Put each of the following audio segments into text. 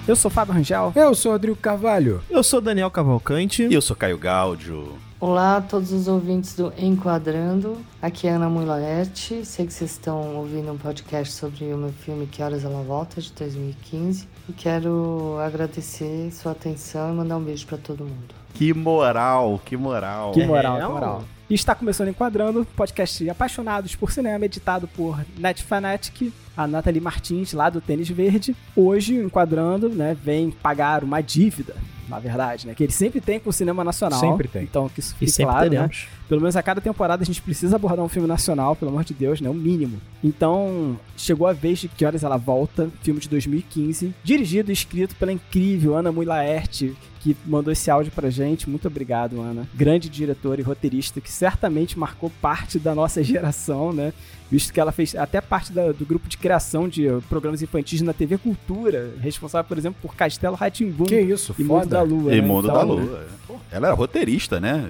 Eu sou Fábio Rangel. Eu sou Rodrigo Carvalho. Eu sou Daniel Cavalcante. E eu sou Caio Gáudio. Olá a todos os ouvintes do Enquadrando, aqui é Ana Mui Laerte. Sei que vocês estão ouvindo um podcast sobre o meu filme Que Horas Ela Volta, de 2015. E quero agradecer sua atenção e mandar um beijo pra todo mundo. Que moral, que moral. Que moral, que moral. E está começando Enquadrando, podcast apaixonados por cinema, editado por Netfanatic, a Nathalie Martins, lá do Tênis Verde. Hoje, o Enquadrando, né, vem pagar uma dívida, na verdade, né, que ele sempre tem com o cinema nacional. Sempre tem. Então, que isso fique claro, né? Pelo menos a cada temporada a gente precisa abordar um filme nacional, pelo amor de Deus, né, o mínimo. Então, chegou a vez de Que Horas Ela Volta, filme de 2015, dirigido e escrito pela incrível Ana Mui Laerte, que mandou esse áudio pra gente. Muito obrigado, Ana. Grande diretora e roteirista que certamente marcou parte da nossa geração, né? Visto que ela fez até parte do grupo de criação de programas infantis na TV Cultura, responsável, por exemplo, por Castelo Rá-Tim-Bum. Que isso, e foda. Mundo da Lua. E né? Mundo então, da Lua. Ela era roteirista, né?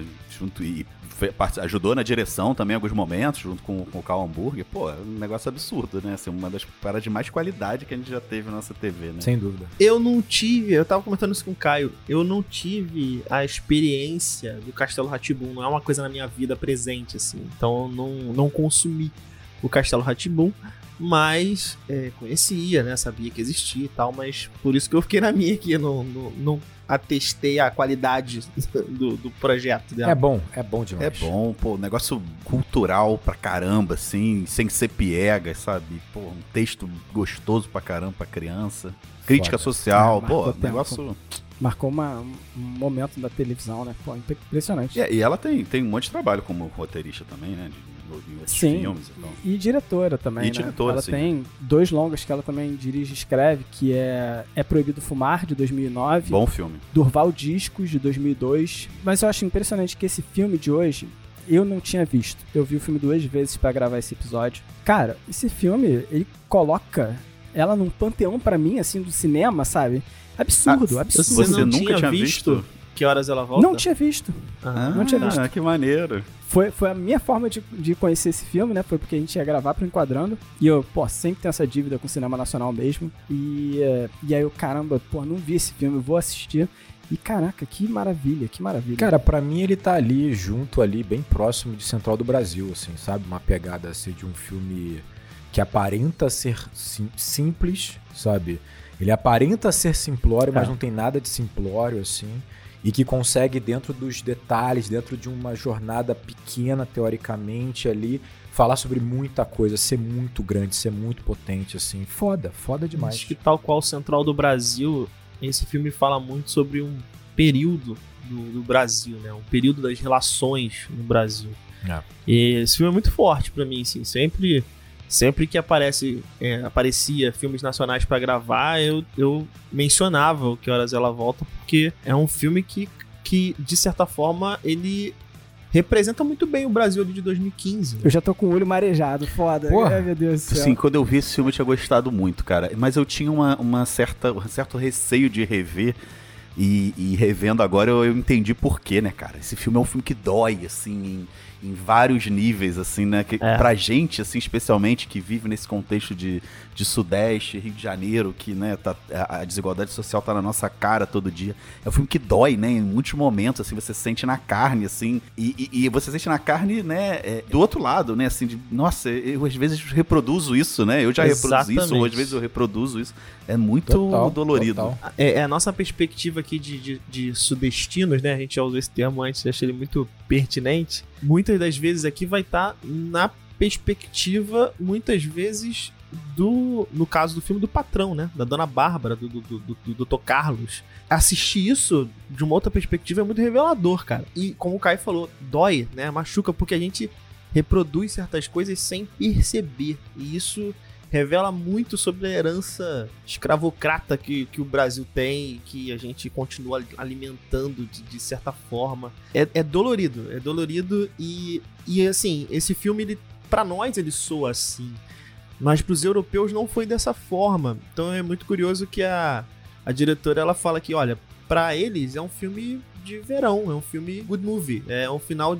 Ajudou na direção também em alguns momentos, junto com o Karl Hamburger. Pô, é um negócio absurdo, né? Assim, uma das paradas de mais qualidade que a gente já teve na nossa TV, né? Sem dúvida. Eu tava comentando isso com o Caio, eu não tive a experiência do Castelo Rá-Tim-Bum, não é uma coisa na minha vida presente, assim. Então eu não consumi o Castelo Rá-Tim-Bum, mas conhecia, né? Sabia que existia e tal, mas por isso que eu fiquei na minha aqui, não atestei a qualidade do projeto dela. É bom demais. É bom, pô, negócio cultural pra caramba, assim, sem ser piegas, sabe? Pô, um texto gostoso pra caramba pra criança. Crítica social, pô, negócio... Marcou um momento da televisão, né? Pô, impressionante. E ela tem um monte de trabalho como roteirista também, né? Em outros filmes e tal. E diretora também, E né? diretora, ela sim. tem 2 longas que ela também dirige e escreve, que é Proibido Fumar, de 2009. Bom filme. Durval Discos, de 2002. Mas eu acho impressionante que esse filme de hoje eu não tinha visto. Eu vi o filme 2 vezes pra gravar esse episódio. Cara, esse filme, ele coloca ela num panteão pra mim, assim, do cinema, sabe? Absurdo, absurdo. Você nunca tinha visto? Que Horas Ela Volta? Não tinha visto. Não tinha visto. Que maneiro. Foi a minha forma de conhecer esse filme, né? Foi porque a gente ia gravar pro Enquadrando. E eu, sempre tenho essa dívida com o cinema nacional mesmo. E aí eu, caramba, não vi esse filme, eu vou assistir. E caraca, que maravilha, que maravilha. Cara, pra mim ele tá ali, junto ali, bem próximo de Central do Brasil, assim, sabe? Uma pegada assim de um filme que aparenta ser simples, sabe? Ele aparenta ser simplório, mas não tem nada de simplório, assim. E que consegue, dentro dos detalhes, dentro de uma jornada pequena, teoricamente, ali, falar sobre muita coisa, ser muito grande, ser muito potente, assim. Foda demais. Acho que tal qual Central do Brasil, esse filme fala muito sobre um período do Brasil, né? Um período das relações no Brasil. E esse filme é muito forte pra mim, assim. Sempre que aparecia filmes nacionais pra gravar, eu mencionava o Que Horas Ela Volta, porque é um filme que de certa forma, ele representa muito bem o Brasil ali de 2015. Eu já tô com o olho marejado, foda. Porra. Ai, meu Deus do céu. Sim, quando eu vi esse filme eu tinha gostado muito, cara. Mas eu tinha um certo receio de rever. E revendo agora eu entendi por quê, né, cara? Esse filme é um filme que dói, assim, em vários níveis, assim, né? Pra gente, assim, especialmente, que vive nesse contexto de Sudeste, Rio de Janeiro, que, né, a desigualdade social tá na nossa cara todo dia. É um filme que dói, né? Em muitos momentos, assim, você sente na carne, assim, e você sente na carne, né, do outro lado, né? Assim, nossa, eu às vezes reproduzo isso, né? Eu já reproduzi isso, ou às vezes eu reproduzo isso. É muito dolorido. Total. É a nossa perspectiva aqui de sudestinos, né? A gente já usou esse termo antes, achei ele muito pertinente. Muitas das vezes aqui vai estar na perspectiva, muitas vezes, no caso do filme do Patrão, né? Da Dona Bárbara, do Dr. Carlos. Assistir isso de uma outra perspectiva é muito revelador, cara. E como o Caio falou, dói, né? Machuca, porque a gente reproduz certas coisas sem perceber. E isso revela muito sobre a herança escravocrata que o Brasil tem e que a gente continua alimentando de certa forma. É dolorido e assim, esse filme, ele, pra nós, ele soa assim, mas pros europeus não foi dessa forma. Então é muito curioso que a diretora, ela fala que, olha, pra eles é um filme de verão, é um filme good movie, é um final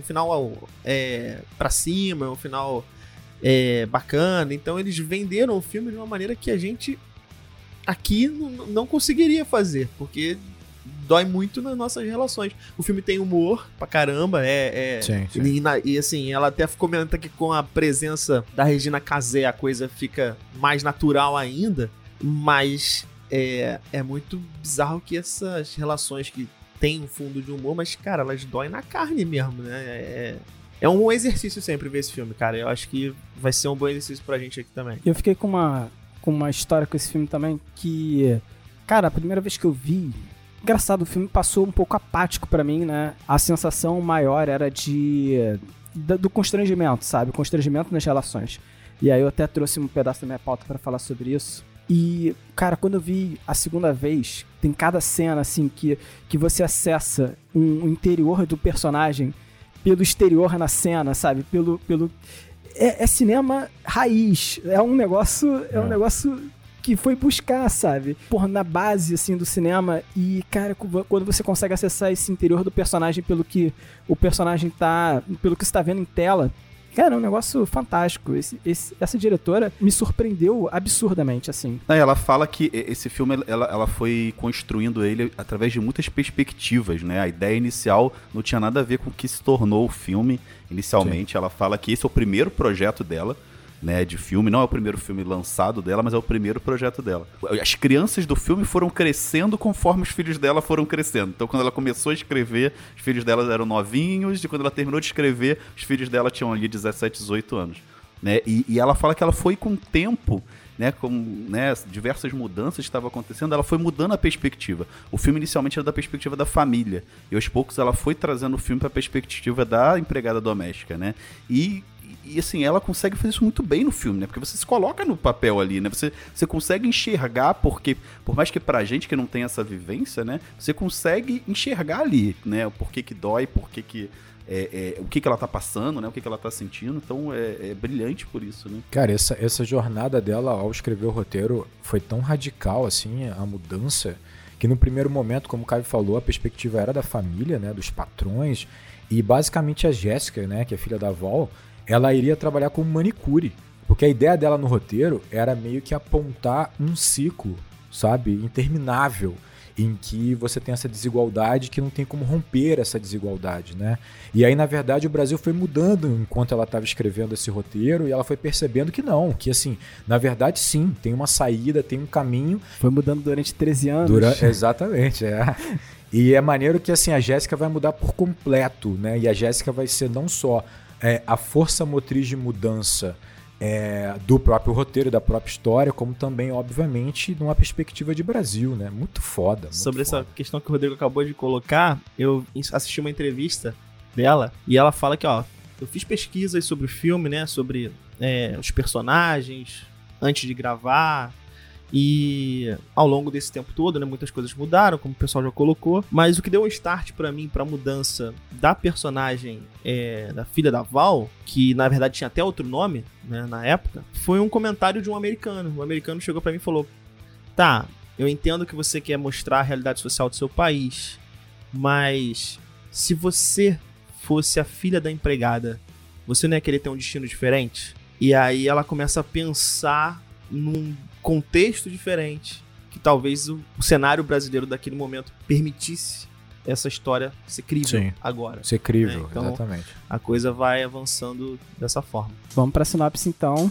pra cima, é um final bacana. Então eles venderam o filme de uma maneira que a gente aqui não conseguiria fazer, porque dói muito nas nossas relações. O filme tem humor pra caramba, Sim. E assim, ela até comenta que com a presença da Regina Casé a coisa fica mais natural ainda, mas é muito bizarro que essas relações que tem um fundo de humor, mas, cara, elas doem na carne mesmo, né? É um exercício sempre ver esse filme, cara. Eu acho que vai ser um bom exercício pra gente aqui também. Eu fiquei com uma história com esse filme também que, cara, a primeira vez que eu vi, engraçado, o filme passou um pouco apático pra mim, né? A sensação maior era do constrangimento, sabe? Constrangimento nas relações. E aí eu até trouxe um pedaço da minha pauta pra falar sobre isso. E, cara, quando eu vi a segunda vez, tem cada cena, assim, que você acessa um interior do personagem pelo exterior na cena, sabe? É cinema raiz. É um negócio que foi buscar, sabe? Na base, assim, do cinema. E, cara, quando você consegue acessar esse interior do personagem pelo que o personagem pelo que você tá vendo em tela, cara, é um negócio fantástico. Essa diretora me surpreendeu absurdamente, assim. Ela fala que esse filme, ela foi construindo ele através de muitas perspectivas, né? A ideia inicial não tinha nada a ver com o que se tornou o filme. Inicialmente, ela fala que esse é o primeiro projeto dela, né, de filme. Não é o primeiro filme lançado dela, mas é o primeiro projeto dela. As crianças do filme foram crescendo conforme os filhos dela foram crescendo. Então, quando ela começou a escrever, os filhos dela eram novinhos, e quando ela terminou de escrever, os filhos dela tinham ali 17, 18 anos. Né? E ela fala que ela foi com o tempo, né, diversas mudanças estavam acontecendo, ela foi mudando a perspectiva. O filme inicialmente era da perspectiva da família, e aos poucos ela foi trazendo o filme para a perspectiva da empregada doméstica, né? E assim, ela consegue fazer isso muito bem no filme, né? Porque você se coloca no papel ali, né? Você consegue enxergar, porque, por mais que pra gente que não tem essa vivência, né? Você consegue enxergar ali, né? O porquê que dói, porquê que... o que ela tá passando, né? O que ela tá sentindo. Então é brilhante por isso, né? Cara, essa jornada dela ao escrever o roteiro foi tão radical, assim, a mudança, que no primeiro momento, como o Caio falou, a perspectiva era da família, né? Dos patrões. E basicamente a Jéssica, né? Que é filha da Val, ela iria trabalhar como manicure. Porque a ideia dela no roteiro era meio que apontar um ciclo, sabe? Interminável, em que você tem essa desigualdade que não tem como romper essa desigualdade, né? E aí, na verdade, o Brasil foi mudando enquanto ela estava escrevendo esse roteiro, e ela foi percebendo que não, que assim, na verdade sim, tem uma saída, tem um caminho. Foi mudando durante 13 anos. Exatamente, E é maneiro que assim, a Jéssica vai mudar por completo, né? E a Jéssica vai ser não só a força motriz de mudança do próprio roteiro, da própria história, como também, obviamente, numa perspectiva de Brasil, né? Muito foda. Muito Sobre foda. essa questão que o Rodrigo acabou de colocar, eu assisti uma entrevista dela e ela fala que, ó, eu fiz pesquisas sobre o filme, né? Sobre os personagens antes de gravar. E ao longo desse tempo todo, né, muitas coisas mudaram, como o pessoal já colocou, mas o que deu um start pra mim, pra mudança da personagem da filha da Val, que na verdade tinha até outro nome, né, na época, foi um comentário de um americano. O americano chegou pra mim e falou: tá, eu entendo que você quer mostrar a realidade social do seu país, mas se você fosse a filha da empregada, você não ia querer ter um destino diferente? E aí ela começa a pensar num contexto diferente, que talvez o cenário brasileiro daquele momento permitisse essa história ser crível. Sim, agora. Ser crível, Então, exatamente. A coisa vai avançando dessa forma. Vamos pra sinopse, então.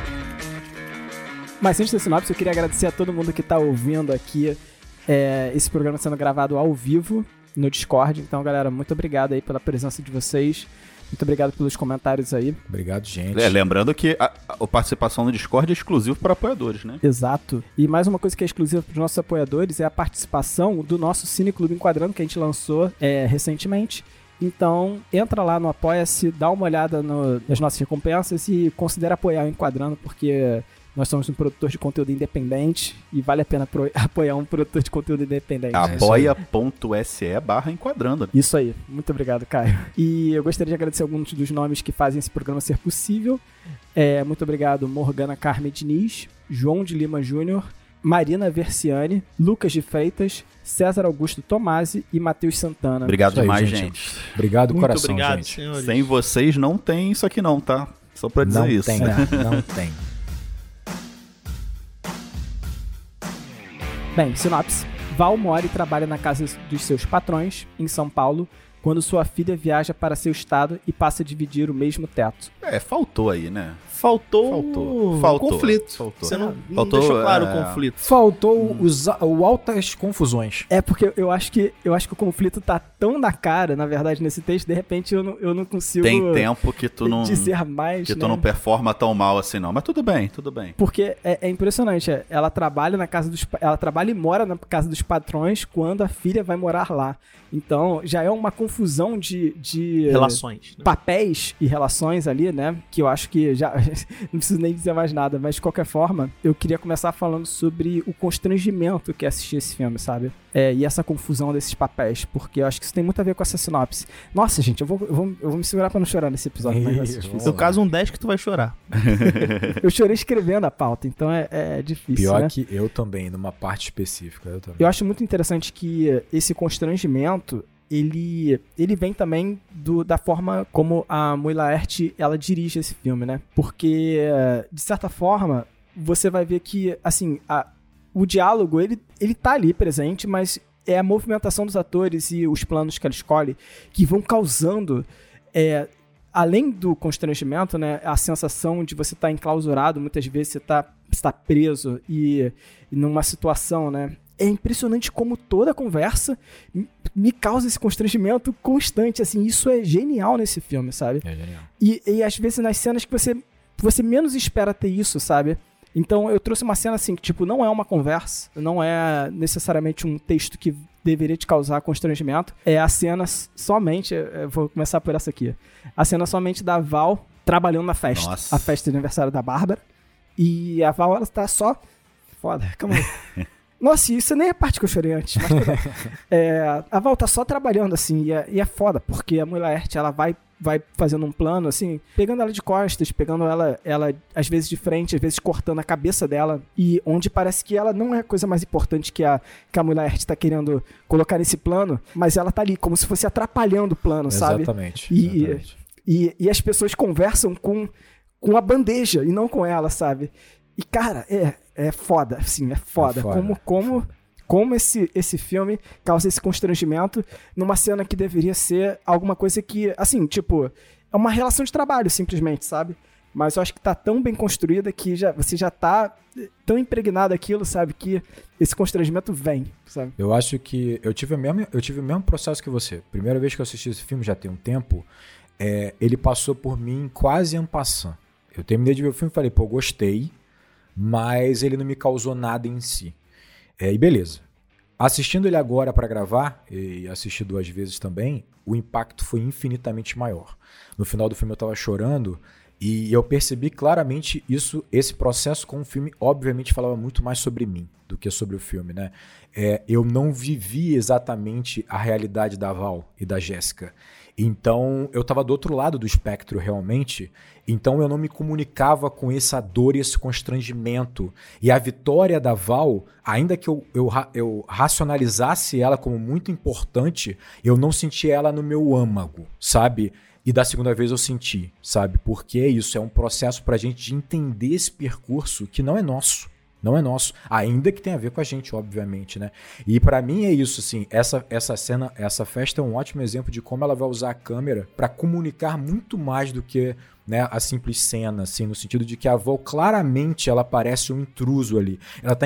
Mas antes da sinopse, eu queria agradecer a todo mundo que tá ouvindo aqui esse programa sendo gravado ao vivo no Discord. Então, galera, muito obrigado aí pela presença de vocês. Muito obrigado pelos comentários aí. Obrigado, gente. Lembrando que a participação no Discord é exclusivo para apoiadores, né? Exato. E mais uma coisa que é exclusiva para os nossos apoiadores é a participação do nosso Cine Clube Enquadrando, que a gente lançou recentemente. Então, entra lá no Apoia-se, dá uma olhada nas nossas recompensas e considera apoiar o Enquadrando, porque nós somos um produtor de conteúdo independente e vale a pena apoiar um produtor de conteúdo independente. Apoia.se/enquadrando. Isso aí. Muito obrigado, Caio. E eu gostaria de agradecer alguns dos nomes que fazem esse programa ser possível. Muito obrigado, Morgana Carmen Diniz, João de Lima Júnior, Marina Versiani, Lucas de Freitas, César Augusto Tomasi e Matheus Santana. Obrigado Isso aí, demais, gente. Obrigado, Muito coração, obrigado, gente. senhores. Sem vocês não tem isso aqui não, tá? Só pra dizer Não isso. tem, não tem. Bem, sinopse. Val mora e trabalha na casa dos seus patrões, em São Paulo, quando sua filha viaja para seu estado e passa a dividir o mesmo teto. Faltou aí, né? Faltou conflito. Faltou. Você não Faltou, deixou claro o conflito. Faltou o altas confusões. É porque eu acho que o conflito tá tão na cara, na verdade, nesse texto, de repente eu não consigo Tem tempo que tu não dizer mais, que né? tu não performa tão mal assim não, mas tudo bem. Porque é impressionante, ela trabalha ela trabalha e mora na casa dos patrões quando a filha vai morar lá. Então, já é uma confusão de relações, né? Papéis e relações ali, né? Que eu acho que já não preciso nem dizer mais nada, mas de qualquer forma, eu queria começar falando sobre o constrangimento que é assistir esse filme, sabe? E essa confusão desses papéis, porque eu acho que isso tem muito a ver com essa sinopse. Nossa, gente, eu vou me segurar pra não chorar nesse episódio, mas vai ser difícil. No seu caso, um 10 que tu vai chorar. Eu chorei escrevendo a pauta, então é difícil, Pior né? que eu também, numa parte específica. Eu acho muito interessante que esse constrangimento ele vem também da forma como a Mui Laerte, ela dirige esse filme, né? Porque, de certa forma, você vai ver que, assim, o diálogo, ele tá ali presente, mas é a movimentação dos atores e os planos que ela escolhe que vão causando, além do constrangimento, né? A sensação de você estar enclausurado, muitas vezes você tá preso e numa situação, né? É impressionante como toda a conversa me causa esse constrangimento constante, assim, isso é genial nesse filme, sabe? É genial. E às vezes nas cenas que você menos espera ter isso, sabe? Então eu trouxe uma cena assim, que tipo, não é uma conversa, não é necessariamente um texto que deveria te causar constrangimento, é a cena somente, eu vou começar por essa aqui, a cena somente da Val trabalhando na festa, Nossa. a festa de aniversário da Bárbara, e a Val, ela tá só, foda, calma aí. Nossa, isso nem é a parte que eu chorei antes, mas tudo bem. A Val tá só trabalhando, assim, e é foda, porque a Mui Laerte, ela vai fazendo um plano, assim, pegando ela de costas, pegando ela às vezes de frente, às vezes cortando a cabeça dela, e onde parece que ela não é a coisa mais importante que a Mui Laerte tá querendo colocar nesse plano, mas ela tá ali como se fosse atrapalhando o plano, sabe? Exatamente. E as pessoas conversam com a bandeja e não com ela, sabe? E, cara, é foda, assim, é foda. Como esse filme causa esse constrangimento numa cena que deveria ser alguma coisa que, assim, tipo, é uma relação de trabalho, simplesmente, sabe? Mas eu acho que tá tão bem construída que você já tá tão impregnado daquilo, sabe? Que esse constrangimento vem, sabe? Eu acho que eu tive o mesmo processo que você. Primeira vez que eu assisti esse filme, já tem um tempo, ele passou por mim quase en passant. Eu terminei de ver o filme e falei, pô, gostei, mas ele não me causou nada em si. E beleza. Assistindo ele agora para gravar, e assisti 2 vezes também, o impacto foi infinitamente maior. No final do filme eu tava chorando e eu percebi claramente esse processo com o filme, obviamente falava muito mais sobre mim do que sobre o filme, né? Eu não vivi exatamente a realidade da Val e da Jéssica. Então, eu estava do outro lado do espectro, realmente. Então, eu não me comunicava com essa dor e esse constrangimento. E a vitória da Val, ainda que eu racionalizasse ela como muito importante, eu não senti ela no meu âmago, sabe? E da segunda vez eu senti, sabe? Porque isso é um processo pra gente de entender esse percurso que não é nosso. Não é nosso, ainda que tenha a ver com a gente, obviamente, né? E pra mim é isso, assim, essa cena, essa festa é um ótimo exemplo de como ela vai usar a câmera pra comunicar muito mais do que, né, a simples cena, assim, no sentido de que a Val claramente ela parece um intruso ali.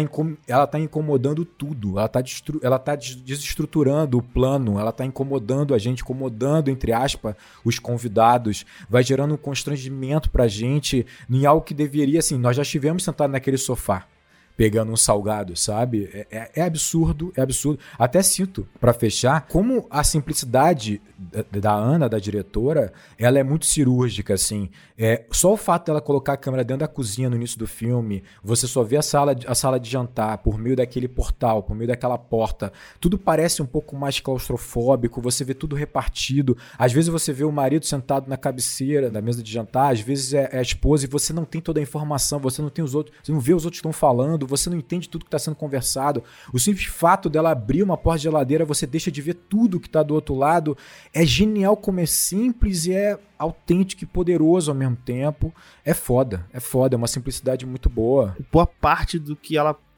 Ela tá incomodando tudo, ela tá desestruturando o plano, ela tá incomodando a gente, incomodando, entre aspas, os convidados, vai gerando um constrangimento pra gente em algo que deveria, assim, nós já estivemos sentados naquele sofá, pegando um salgado, sabe? É absurdo, é absurdo. Até sinto, pra fechar, como a simplicidade da Ana, da diretora, ela é muito cirúrgica, assim. Só o fato dela colocar a câmera dentro da cozinha no início do filme, você só vê a sala de jantar por meio daquele portal, por meio daquela porta, tudo parece um pouco mais claustrofóbico, você vê tudo repartido. Às vezes você vê o marido sentado na cabeceira da mesa de jantar, às vezes é a esposa e você não tem toda a informação, você não tem os outros, você não vê os outros que estão falando, você não entende tudo que está sendo conversado. O simples fato dela abrir uma porta de geladeira, você deixa de ver tudo que está do outro lado. É genial como é simples e é autêntico e poderoso ao mesmo tempo. É foda, é uma simplicidade muito boa. Boa parte do que ela quer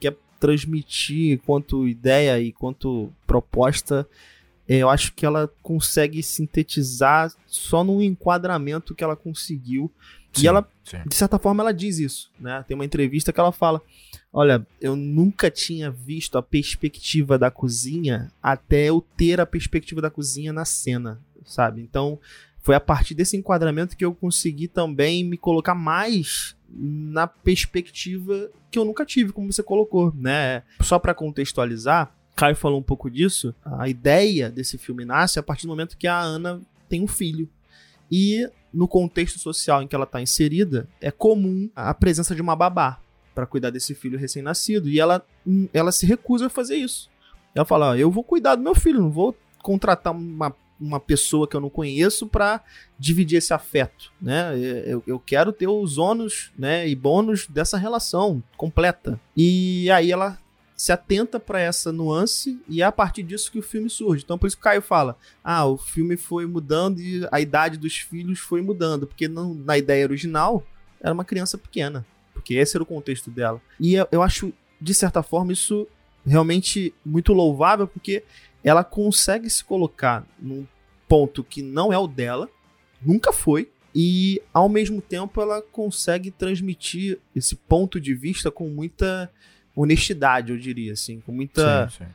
transmitir quanto ideia e quanto proposta, eu acho que ela consegue sintetizar só num enquadramento que ela conseguiu. Sim, e ela, sim. de certa forma, ela diz isso, né? Tem uma entrevista que ela fala: olha, eu nunca tinha visto a perspectiva da cozinha até eu ter a perspectiva da cozinha na cena, sabe? Então, foi a partir desse enquadramento que eu consegui também me colocar mais na perspectiva que eu nunca tive, como você colocou, né? Só para contextualizar, Caio falou um pouco disso, a ideia desse filme nasce a partir do momento que a Ana tem um filho. E no contexto social em que ela está inserida, é comum a presença de uma babá para cuidar desse filho recém-nascido. E ela se recusa a fazer isso. Ela fala: ó, eu vou cuidar do meu filho, não vou contratar uma pessoa que eu não conheço para dividir esse afeto, né? Eu quero ter os ônus, né, e bônus dessa relação completa. E aí ela se atenta para essa nuance e é a partir disso que o filme surge. Então por isso que o Caio fala: o filme foi mudando e a idade dos filhos foi mudando, porque na ideia original era uma criança pequena, porque esse era o contexto dela. E eu acho, de certa forma, isso realmente muito louvável, porque ela consegue se colocar num ponto que não é o dela, nunca foi, e ao mesmo tempo ela consegue transmitir esse ponto de vista com muita honestidade, eu diria, assim, com muita... Sim.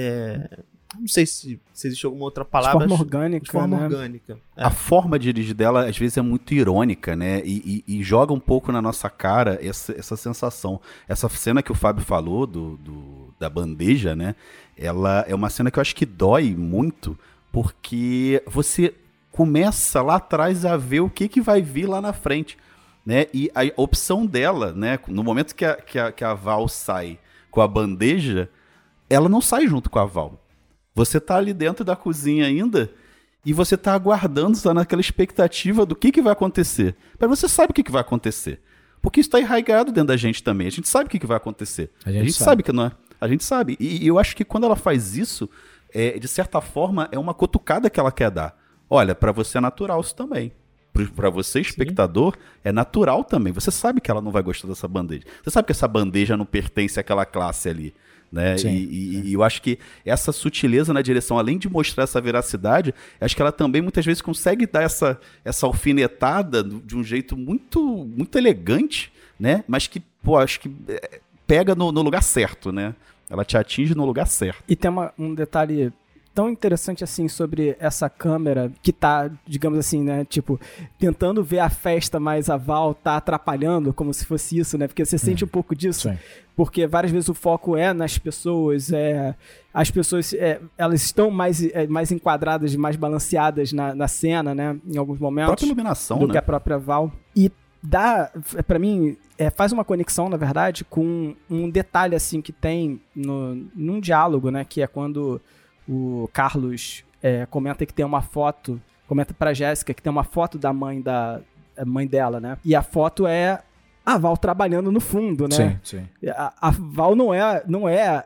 Não sei se existe alguma outra palavra. De forma orgânica. De forma né? orgânica. A forma de dirigir dela, às vezes, é muito irônica, né? E joga um pouco na nossa cara essa sensação. Essa cena que o Fábio falou, da bandeja, né? Ela é uma cena que eu acho que dói muito, porque você começa lá atrás a ver o que vai vir lá na frente, né? E a opção dela, né? No momento que a Val sai com a bandeja, ela não sai junto com a Val. Você tá ali dentro da cozinha ainda e você tá aguardando, tá naquela expectativa do que vai acontecer. Mas você sabe o que vai acontecer. Porque isso tá enraizado dentro da gente também. A gente sabe o que vai acontecer. A gente sabe que não é. A gente sabe. E eu acho que quando ela faz isso, de certa forma, é uma cutucada que ela quer dar. Olha, pra você é natural isso também. Pra você, espectador, é natural também. Você sabe que ela não vai gostar dessa bandeja. Você sabe que essa bandeja não pertence àquela classe ali. Né? Sim, e eu acho que essa sutileza na direção, além de mostrar essa veracidade, acho que ela também muitas vezes consegue dar essa alfinetada de um jeito muito, muito elegante, né? Mas que, acho que pega no lugar certo, né? Ela te atinge no lugar certo. E tem um detalhe tão interessante assim sobre essa câmera que tá, digamos assim, né, tipo, tentando ver a festa, mas a Val tá atrapalhando, como se fosse isso, né, porque você sente um pouco disso, Sim. Porque várias vezes o foco é nas pessoas, as pessoas, elas estão mais enquadradas, mais balanceadas na cena, né, em alguns momentos. A própria iluminação, do né? que a própria Val. E dá, pra mim, faz uma conexão, na verdade, com um detalhe, assim, que tem num diálogo, né, que é quando o Carlos comenta que tem uma foto, comenta pra Jéssica que tem uma foto da mãe dela, né? E a foto é a Val trabalhando no fundo, né? Sim. A Val não é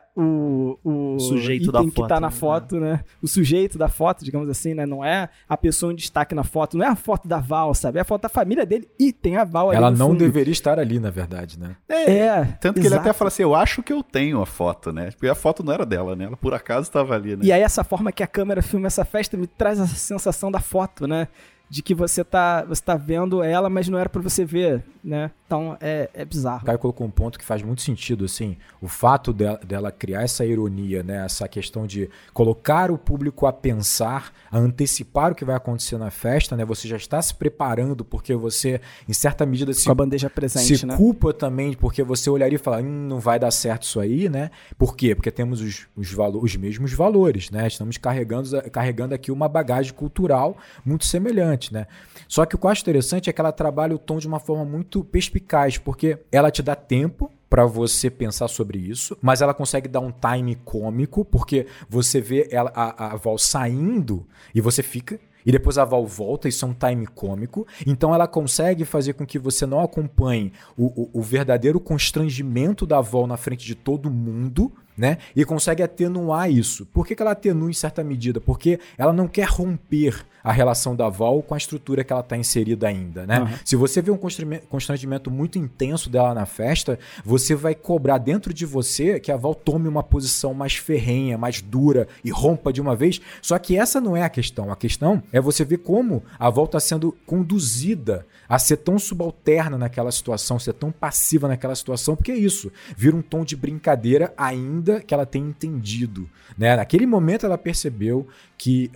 o sujeito item da que foto, tá na né? foto, né? O sujeito da foto, digamos assim, né? Não é a pessoa em destaque na foto, não é a foto da Val, sabe? É a foto da família dele e tem a Val ali Ela no não fundo. deveria estar ali, na verdade, né? Tanto que ele exato. até fala assim, eu acho que eu tenho a foto, né? Porque a foto não era dela, né? Ela por acaso estava ali, né? E aí essa forma que a câmera filma essa festa me traz essa sensação da foto, né? De que você tá vendo ela, mas não era pra você ver, né? Então é bizarro. O Caio colocou um ponto que faz muito sentido, assim, o fato dela criar essa ironia, né, essa questão de colocar o público a pensar, a antecipar o que vai acontecer na festa, né, você já está se preparando porque você, em certa medida, Com a bandeja presente, se né? culpa também porque você olharia e fala, não vai dar certo isso aí, né? Por quê? Porque temos os mesmos valores, né? Estamos carregando aqui uma bagagem cultural muito semelhante, né? Só que o que eu acho interessante é que ela trabalha o tom de uma forma muito perspicaz, porque ela te dá tempo para você pensar sobre isso, mas ela consegue dar um time cômico, porque você vê a Val saindo e você fica, e depois a Val volta, isso é um time cômico, então ela consegue fazer com que você não acompanhe o verdadeiro constrangimento da Val na frente de todo mundo, né? E consegue atenuar isso. Por que ela atenua em certa medida? Porque ela não quer romper a relação da Val com a estrutura que ela está inserida ainda, né? Se você vê um constrangimento muito intenso dela na festa, você vai cobrar dentro de você que a Val tome uma posição mais ferrenha, mais dura e rompa de uma vez. Só que essa não é a questão. A questão é você ver como a Val está sendo conduzida a ser tão subalterna naquela situação, ser tão passiva naquela situação, porque é isso. Vira um tom de brincadeira ainda que ela tenha entendido, né? Naquele momento ela percebeu que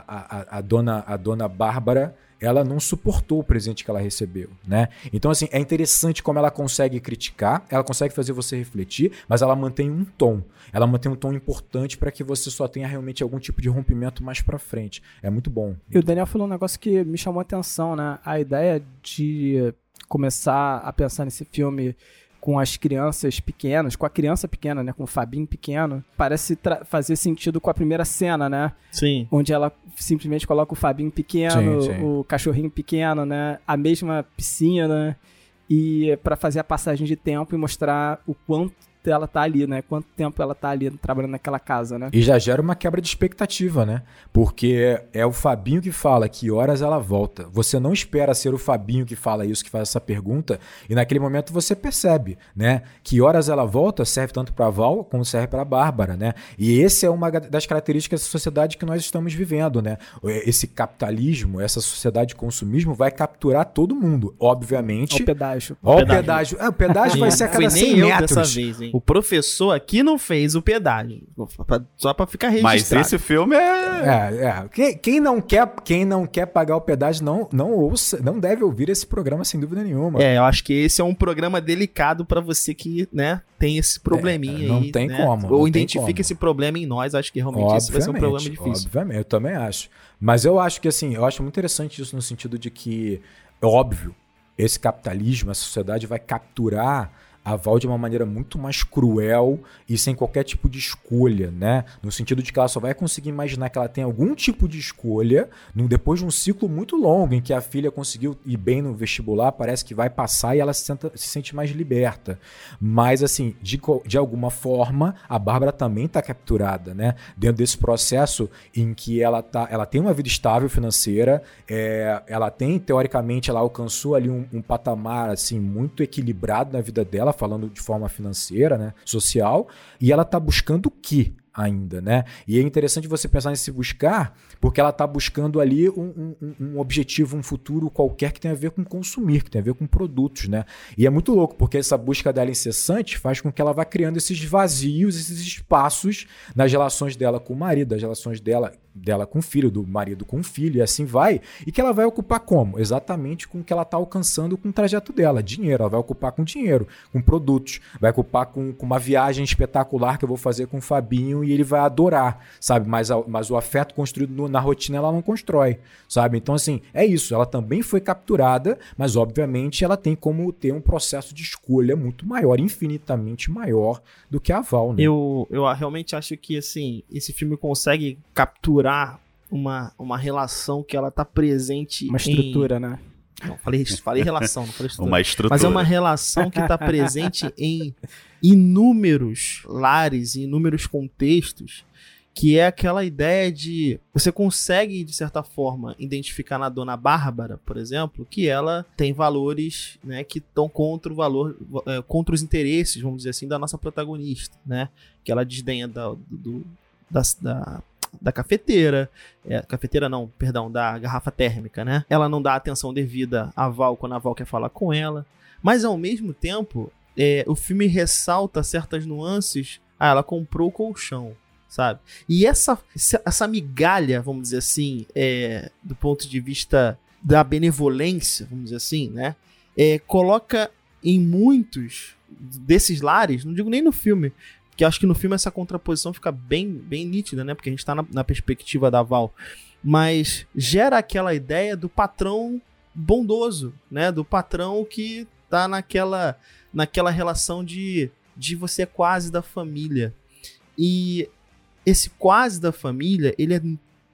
a dona Bárbara, ela não suportou o presente que ela recebeu, né? Então, assim, é interessante como ela consegue criticar, ela consegue fazer você refletir, mas ela mantém um tom. Ela mantém um tom importante para que você só tenha realmente algum tipo de rompimento mais pra frente. É muito bom. E o Daniel falou um negócio que me chamou a atenção, né? A ideia de começar a pensar nesse filme com as crianças pequenas, com a criança pequena, né, com o Fabinho pequeno, parece fazer sentido com a primeira cena, né? Sim. Onde ela simplesmente coloca o Fabinho pequeno, Sim. o cachorrinho pequeno, né? A mesma piscina, e para fazer a passagem de tempo e mostrar o quanto ela tá ali, né? Quanto tempo ela tá ali trabalhando naquela casa, né? E já gera uma quebra de expectativa, né? Porque é o Fabinho que fala que horas ela volta. Você não espera ser o Fabinho que fala isso, que faz essa pergunta, e naquele momento você percebe, né? Que horas ela volta serve tanto para Val como serve para Bárbara, né? E esse é uma das características da sociedade que nós estamos vivendo, né? Esse capitalismo, essa sociedade de consumismo vai capturar todo mundo, obviamente. O pedágio. O pedágio. O pedágio vai ser a cada 100 metros. Dessa vez, hein? O professor aqui não fez o pedágio. Só pra ficar registrado. Mas esse filme é... Quem não quer pagar o pedágio não deve ouvir esse programa, sem dúvida nenhuma. Eu acho que esse é um programa delicado pra você que, né, tem esse probleminha aí. Não tem né? como. Ou identifica esse problema em nós. Acho que realmente esse vai ser um problema difícil. Obviamente, eu também acho. Mas eu acho que, assim, eu acho muito interessante isso no sentido de que, é óbvio, esse capitalismo, a sociedade vai capturar a Val de uma maneira muito mais cruel e sem qualquer tipo de escolha, né? No sentido de que ela só vai conseguir imaginar que ela tem algum tipo de escolha depois de um ciclo muito longo em que a filha conseguiu ir bem no vestibular, parece que vai passar e ela se sente mais liberta. Mas, assim, de alguma forma, a Bárbara também está capturada, né? Dentro desse processo em que ela tem uma vida estável financeira, ela tem, teoricamente, ela alcançou ali um patamar, assim, muito equilibrado na vida dela, falando de forma financeira, né, social, e ela tá buscando o quê ainda, né? E é interessante você pensar nesse buscar, porque ela tá buscando ali um objetivo, um futuro qualquer que tenha a ver com consumir, que tenha a ver com produtos, né? E é muito louco, porque essa busca dela incessante faz com que ela vá criando esses vazios, esses espaços nas relações dela com o marido, das relações dela com o filho, do marido com o filho, e assim vai, e que ela vai ocupar como? Exatamente com o que ela está alcançando com o trajeto dela, dinheiro, ela vai ocupar com dinheiro, com produtos, vai ocupar com uma viagem espetacular que eu vou fazer com o Fabinho e ele vai adorar, sabe? Mas o afeto construído na rotina ela não constrói, sabe? Então, assim, é isso, ela também foi capturada, mas obviamente ela tem como ter um processo de escolha muito maior, infinitamente maior do que a Val, né? Eu realmente acho que, assim, esse filme consegue capturar uma relação que ela tá presente uma estrutura, né? Não, falei relação, não falei estrutura. Uma estrutura. Mas é uma relação que tá presente em inúmeros lares, em inúmeros contextos, que é aquela ideia de... Você consegue, de certa forma, identificar na Dona Bárbara, por exemplo, que ela tem valores, né, que estão contra o valor, contra os interesses, vamos dizer assim, da nossa protagonista, né? Que ela desdenha da cafeteira, da garrafa térmica, né? Ela não dá atenção devida à Val quando a Val quer falar com ela, mas ao mesmo tempo, o filme ressalta certas nuances. Ela comprou o colchão, sabe? E essa migalha, vamos dizer assim, do ponto de vista da benevolência, vamos dizer assim, né? Coloca em muitos desses lares, não digo nem no filme, que acho que no filme essa contraposição fica bem, bem nítida, né? Porque a gente tá na perspectiva da Val. Mas gera aquela ideia do patrão bondoso, né? Do patrão que tá naquela relação de você quase da família. E esse quase da família, ele é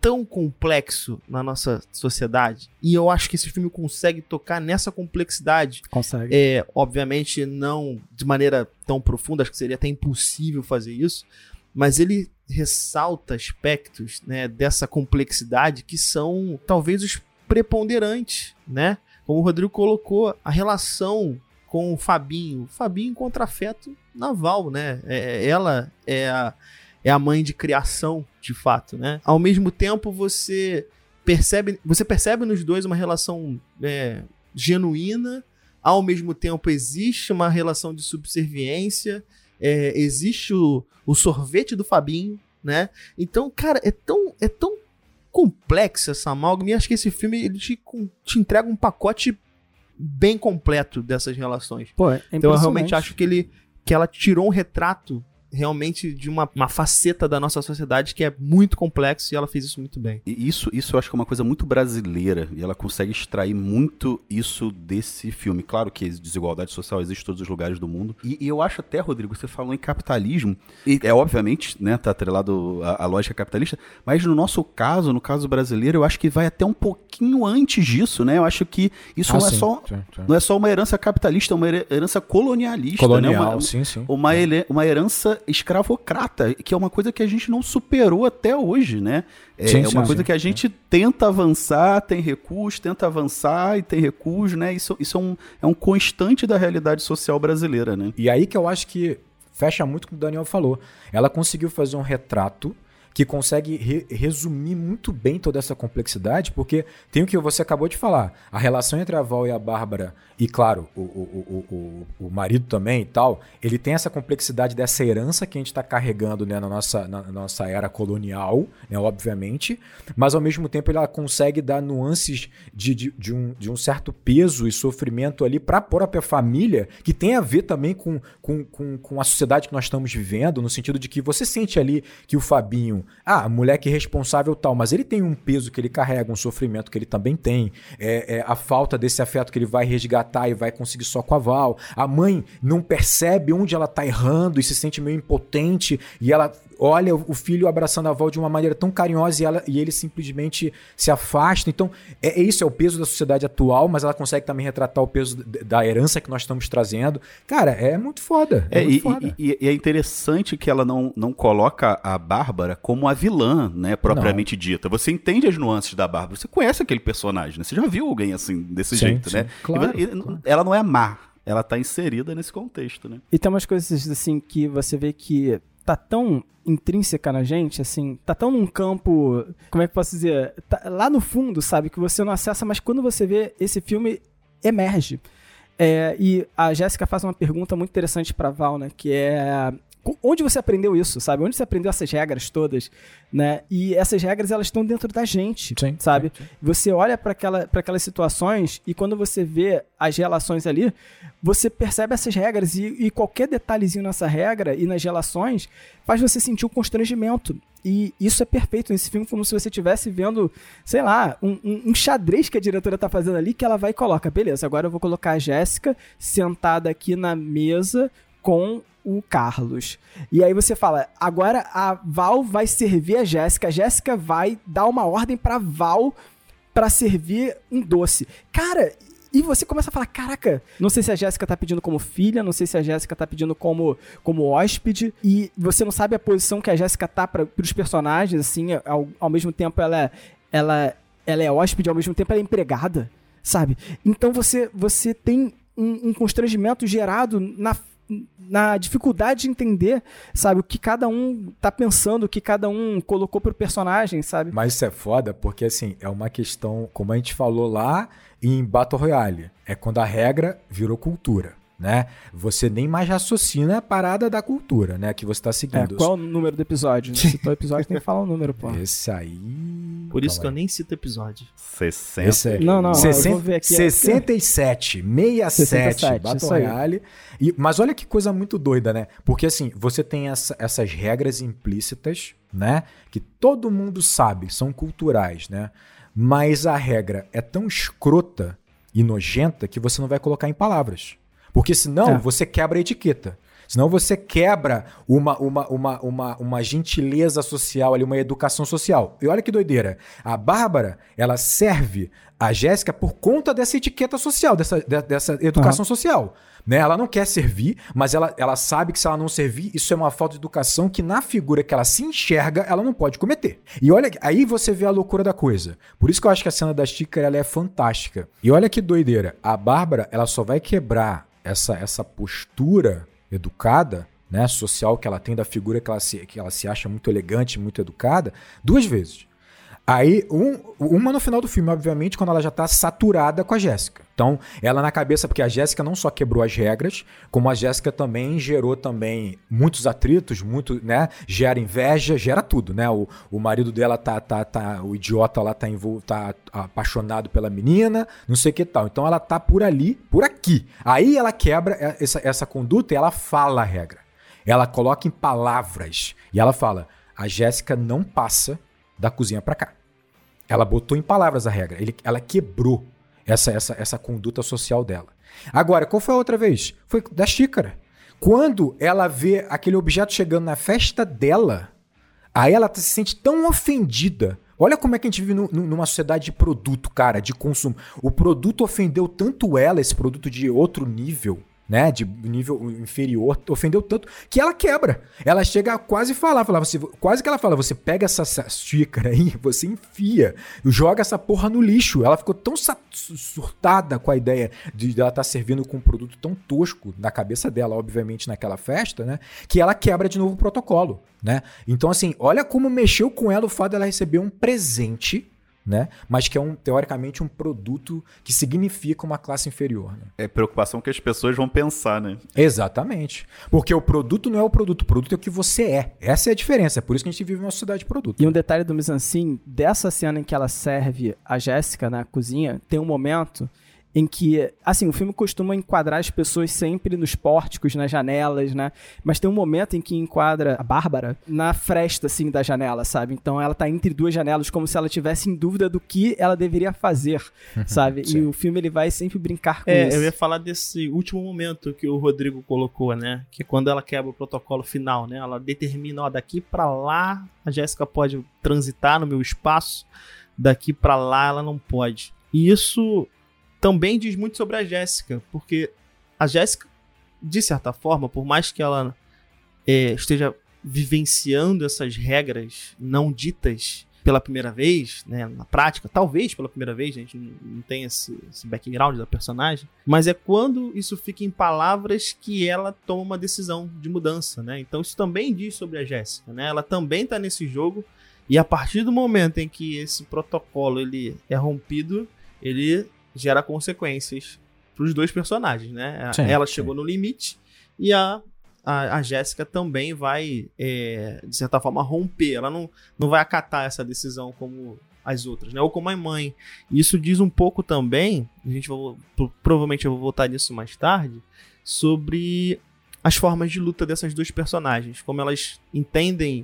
tão complexo na nossa sociedade. E eu acho que esse filme consegue tocar nessa complexidade. Consegue. Obviamente não de maneira tão profunda, acho que seria até impossível fazer isso, mas ele ressalta aspectos, né, dessa complexidade que são talvez os preponderantes, né? Como o Rodrigo colocou, a relação com o Fabinho contra afeto naval, né? Ela é a mãe de criação, de fato, né? Ao mesmo tempo, você percebe nos dois uma relação genuína, ao mesmo tempo existe uma relação de subserviência, existe o sorvete do Fabinho, né? Então, cara, é tão complexa essa amálgama, e acho que esse filme ele te entrega um pacote bem completo dessas relações. Pô, então eu realmente acho que ela tirou um retrato realmente de uma faceta da nossa sociedade que é muito complexa, e ela fez isso muito bem. E isso eu acho que é uma coisa muito brasileira, e ela consegue extrair muito isso desse filme. Claro que desigualdade social existe em todos os lugares do mundo, e eu acho até, Rodrigo, você falou em capitalismo, e obviamente, né, tá atrelado à lógica capitalista, mas no nosso caso, no caso brasileiro, eu acho que vai até um pouquinho antes disso, né? Eu acho que isso não é só uma herança capitalista, é uma herança colonialista, colonial, né? sim. Uma herança escravocrata, que é uma coisa que a gente não superou até hoje, né? É uma coisa que a gente tenta avançar, tem recuos, tenta avançar e tem recuos, né? Isso é um constante da realidade social brasileira, né? E aí que eu acho que fecha muito com o que o Daniel falou. Ela conseguiu fazer um retrato que consegue resumir muito bem toda essa complexidade, porque tem o que você acabou de falar, a relação entre a Val e a Bárbara, e claro, o marido também e tal, ele tem essa complexidade dessa herança que a gente está carregando, né, na nossa era colonial, né, obviamente, mas ao mesmo tempo ela consegue dar nuances de um certo peso e sofrimento ali para a própria família, que tem a ver também com a sociedade que nós estamos vivendo, no sentido de que você sente ali que o Fabinho, moleque responsável tal, mas ele tem um peso que ele carrega, um sofrimento que ele também tem, a falta desse afeto que ele vai resgatar e vai conseguir só com a Val. A mãe não percebe onde ela tá errando e se sente meio impotente, e ela olha o filho abraçando a Val de uma maneira tão carinhosa e ele simplesmente se afasta. Então, isso é o peso da sociedade atual, mas ela consegue também retratar o peso da herança que nós estamos trazendo. Cara, é muito foda. E é interessante que ela não coloca a Bárbara como a vilã, né, propriamente dita. Você entende as nuances da Bárbara, você conhece aquele personagem, né? Você já viu alguém assim, desse jeito, sim, né? Claro. Ela não é má, ela tá inserida nesse contexto, né? E tem umas coisas assim que você vê que tá tão intrínseca na gente, assim, tá tão num campo, como é que eu posso dizer, tá lá no fundo, sabe, que você não acessa, mas quando você vê esse filme, emerge. E a Jéssica faz uma pergunta muito interessante pra Val, né, que é: onde você aprendeu isso, sabe? Onde você aprendeu essas regras todas, né? E essas regras, elas estão dentro da gente, sim, sabe? Sim. Você olha para aquelas situações e quando você vê as relações ali, você percebe essas regras e qualquer detalhezinho nessa regra e nas relações faz você sentir um constrangimento. E isso é perfeito nesse filme, como se você estivesse vendo, sei lá, um xadrez que a diretora tá fazendo ali, que ela vai e coloca, beleza, agora eu vou colocar a Jéssica sentada aqui na mesa com o Carlos. E aí você fala, agora a Val vai servir a Jéssica vai dar uma ordem pra Val pra servir um doce. Cara, e você começa a falar, caraca, não sei se a Jéssica tá pedindo como filha, não sei se a Jéssica tá pedindo como hóspede, e você não sabe a posição que a Jéssica tá pros personagens, assim, ao mesmo tempo ela é hóspede, ao mesmo tempo ela é empregada, sabe? Então você tem um constrangimento gerado na dificuldade de entender, sabe, o que cada um tá pensando, o que cada um colocou pro personagem, sabe? Mas isso é foda porque, assim, é uma questão, como a gente falou lá em Battle Royale, é quando a regra virou cultura, né? Você nem mais raciocina a parada da cultura, né, que você tá seguindo. Qual é o número do episódio? Se citou o episódio, tem que falar o número, pô. Esse aí... Por isso que eu nem cito episódio. 60. Não, eu vou ver aqui. 67, Battle Royale. Mas olha que coisa muito doida, né? Porque assim, você tem essas regras implícitas, né? Que todo mundo sabe, são culturais, né? Mas a regra é tão escrota e nojenta que você não vai colocar em palavras. Porque senão você quebra a etiqueta. Senão você quebra uma gentileza social ali, uma educação social. E olha que doideira. A Bárbara, ela serve a Jéssica por conta dessa etiqueta social, dessa educação social. Né? Ela não quer servir, mas ela sabe que se ela não servir, isso é uma falta de educação que na figura que ela se enxerga, ela não pode cometer. E olha, aí você vê a loucura da coisa. Por isso que eu acho que a cena da xícara ela é fantástica. E olha que doideira. A Bárbara, ela só vai quebrar essa postura educada, né, social que ela tem da figura que ela se acha muito elegante, muito educada, 2 vezes. Aí, uma no final do filme, obviamente, quando ela já tá saturada com a Jéssica. Então, ela na cabeça, porque a Jéssica não só quebrou as regras, como a Jéssica também gerou também muitos atritos, né? Gera inveja, gera tudo, né? O marido dela o idiota lá tá apaixonado pela menina, não sei o que tal. Então, ela tá por aqui. Aí ela quebra essa conduta e ela fala a regra. Ela coloca em palavras. E ela fala, a Jéssica não passa da cozinha pra cá. Ela botou em palavras a regra. Ela quebrou essa conduta social dela. Agora, qual foi a outra vez? Foi da xícara. Quando ela vê aquele objeto chegando na festa dela, aí ela se sente tão ofendida. Olha como é que a gente vive numa sociedade de produto, cara, de consumo. O produto ofendeu tanto ela, esse produto de outro nível, né, de nível inferior, ofendeu tanto que ela quebra. Ela chega a quase falar, quase que ela fala, você pega essa xícara aí, você enfia, joga essa porra no lixo. Ela ficou tão surtada com a ideia de ela estar servindo com um produto tão tosco na cabeça dela, obviamente, naquela festa, né, que ela quebra de novo o protocolo, né. Então, assim, olha como mexeu com ela o fato dela receber um presente, né? Mas que é teoricamente um produto que significa uma classe inferior. Né? É preocupação que as pessoas vão pensar, né? Exatamente. Porque o produto não é o produto é o que você é. Essa é a diferença. É por isso que a gente vive numa sociedade de produto. E um detalhe do mise-en-scène, dessa cena em que ela serve a Jéssica na cozinha, tem um momento em que, assim, o filme costuma enquadrar as pessoas sempre nos pórticos, nas janelas, né? Mas tem um momento em que enquadra a Bárbara na fresta, assim, da janela, sabe? Então ela tá entre 2 janelas como se ela tivesse em dúvida do que ela deveria fazer, sabe? E o filme, ele vai sempre brincar com isso. Eu ia falar desse último momento que o Rodrigo colocou, né? Que é quando ela quebra o protocolo final, né? Ela determina, ó, daqui pra lá a Jéssica pode transitar no meu espaço, daqui pra lá ela não pode. E isso também diz muito sobre a Jéssica, porque a Jéssica, de certa forma, por mais que ela esteja vivenciando essas regras não ditas pela primeira vez, né, na prática, talvez pela primeira vez, a gente não tem esse background da personagem, mas é quando isso fica em palavras que ela toma uma decisão de mudança, né? Então isso também diz sobre a Jéssica, né? Ela também está nesse jogo, e a partir do momento em que esse protocolo ele é rompido, ele gera consequências para os 2 personagens, né? Sim, ela chegou no limite e a Jéssica também vai, de certa forma, romper. Ela não vai acatar essa decisão como as outras, né? Ou como a mãe. E isso diz um pouco também, provavelmente eu vou voltar nisso mais tarde, sobre as formas de luta dessas 2 personagens, como elas entendem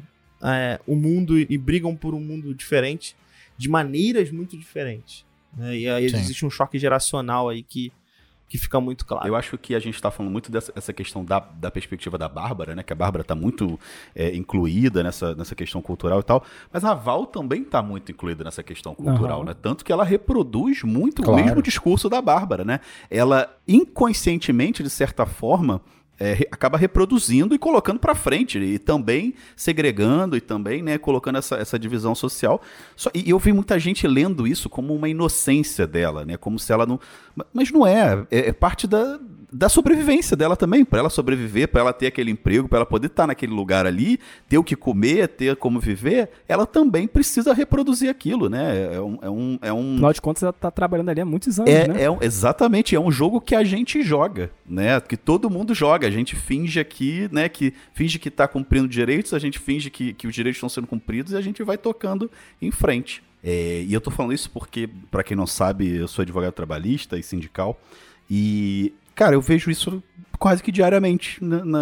o mundo e brigam por um mundo diferente, de maneiras muito diferentes. E aí existe um choque geracional aí que fica muito claro. Eu acho que a gente está falando muito dessa questão da perspectiva da Bárbara, né? Que a Bárbara está muito incluída nessa questão cultural e tal, mas a Val também está muito incluída nessa questão cultural, né? Tanto que ela reproduz muito o mesmo discurso da Bárbara, né? Ela inconscientemente, de certa forma, acaba reproduzindo e colocando para frente, e também segregando e também, né, colocando essa divisão social. E eu vi muita gente lendo isso como uma inocência dela, né, como se ela não... Mas não é parte da sobrevivência dela também, para ela sobreviver, para ela ter aquele emprego, para ela poder estar naquele lugar ali, ter o que comer, ter como viver, ela também precisa reproduzir aquilo, né? Afinal de contas, ela tá trabalhando ali há muitos anos, né? Exatamente, é um jogo que a gente joga, né? Que todo mundo joga, a gente finge aqui, né? Que finge que tá cumprindo direitos, a gente finge que os direitos estão sendo cumpridos e a gente vai tocando em frente. E eu tô falando isso porque, para quem não sabe, eu sou advogado trabalhista e sindical, e... Cara, eu vejo isso quase que diariamente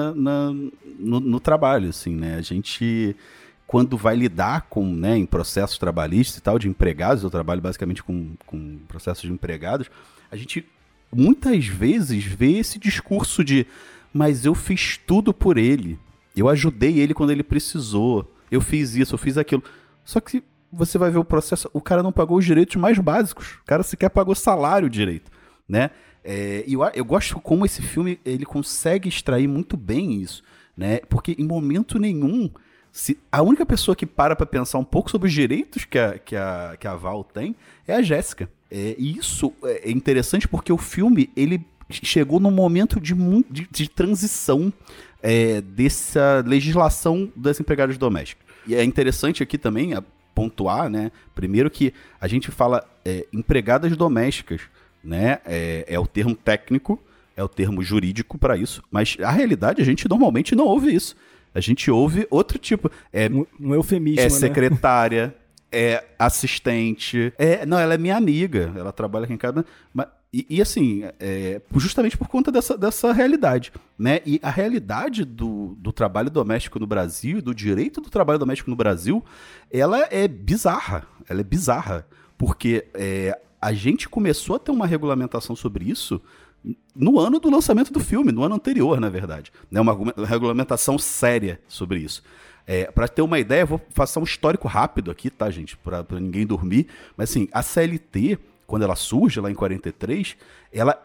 no trabalho, assim, né? A gente, quando vai lidar com, né, em processos trabalhistas e tal, de empregados, eu trabalho basicamente com processos de empregados, a gente muitas vezes vê esse discurso de mas eu fiz tudo por ele. Eu ajudei ele quando ele precisou. Eu fiz isso, eu fiz aquilo. Só que você vai ver o processo, o cara não pagou os direitos mais básicos. O cara sequer pagou salário direito, né? E eu gosto como esse filme ele consegue extrair muito bem isso, né? Porque em momento nenhum, a única pessoa que para pensar um pouco sobre os direitos que a Val tem é a Jéssica. E isso é interessante porque o filme ele chegou num momento de transição dessa legislação das empregadas domésticas. E é interessante aqui também pontuar, né? Primeiro que a gente fala empregadas domésticas, né? É o termo técnico, é o termo jurídico para isso, mas a realidade a gente normalmente não ouve isso. A gente ouve outro tipo. Um eufemismo, né? Secretária, assistente. Não, ela é minha amiga, ela trabalha aqui em casa. E assim, justamente por conta dessa realidade, né? E a realidade do trabalho doméstico no Brasil, do direito do trabalho doméstico no Brasil, ela é bizarra. Ela é bizarra. Porque a gente começou a ter uma regulamentação sobre isso no ano do lançamento do filme, no ano anterior, na verdade. Né? Uma regulamentação séria sobre isso. Para ter uma ideia, eu vou passar um histórico rápido aqui, tá, gente? Para ninguém dormir. Mas assim, a CLT, quando ela surge lá em 43, ela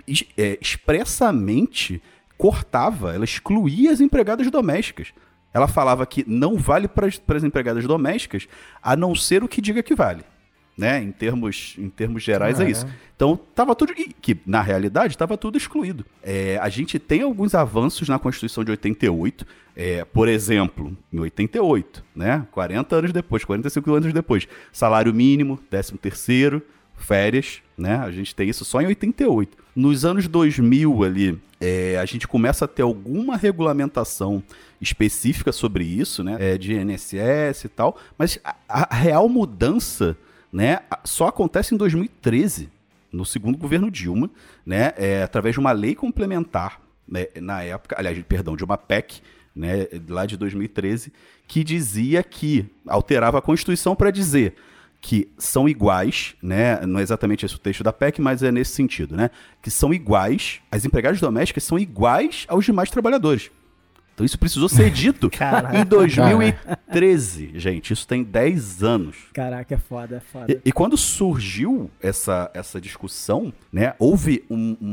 expressamente cortava, ela excluía as empregadas domésticas. Ela falava que não vale para as empregadas domésticas, a não ser o que diga que vale. Né? Em termos gerais é isso. Então, tava tudo... Que, na realidade, estava tudo excluído. A gente tem alguns avanços na Constituição de 88. Por exemplo, em 88, né? 40 anos depois, 45 anos depois. Salário mínimo, 13º, férias, né? A gente tem isso só em 88. Nos anos 2000 ali, a gente começa a ter alguma regulamentação específica sobre isso, né? De INSS e tal. Mas a real mudança... né, só acontece em 2013, no segundo governo Dilma, né, através de uma lei complementar, né, na época, aliás, perdão, de uma PEC, né, lá de 2013, que dizia que alterava a Constituição para dizer que são iguais, né, não é exatamente esse o texto da PEC, mas é nesse sentido, né, que são iguais, as empregadas domésticas são iguais aos demais trabalhadores. Então isso precisou ser dito em 2013, gente. Isso tem 10 anos. Caraca, é foda. E quando surgiu essa discussão, né, houve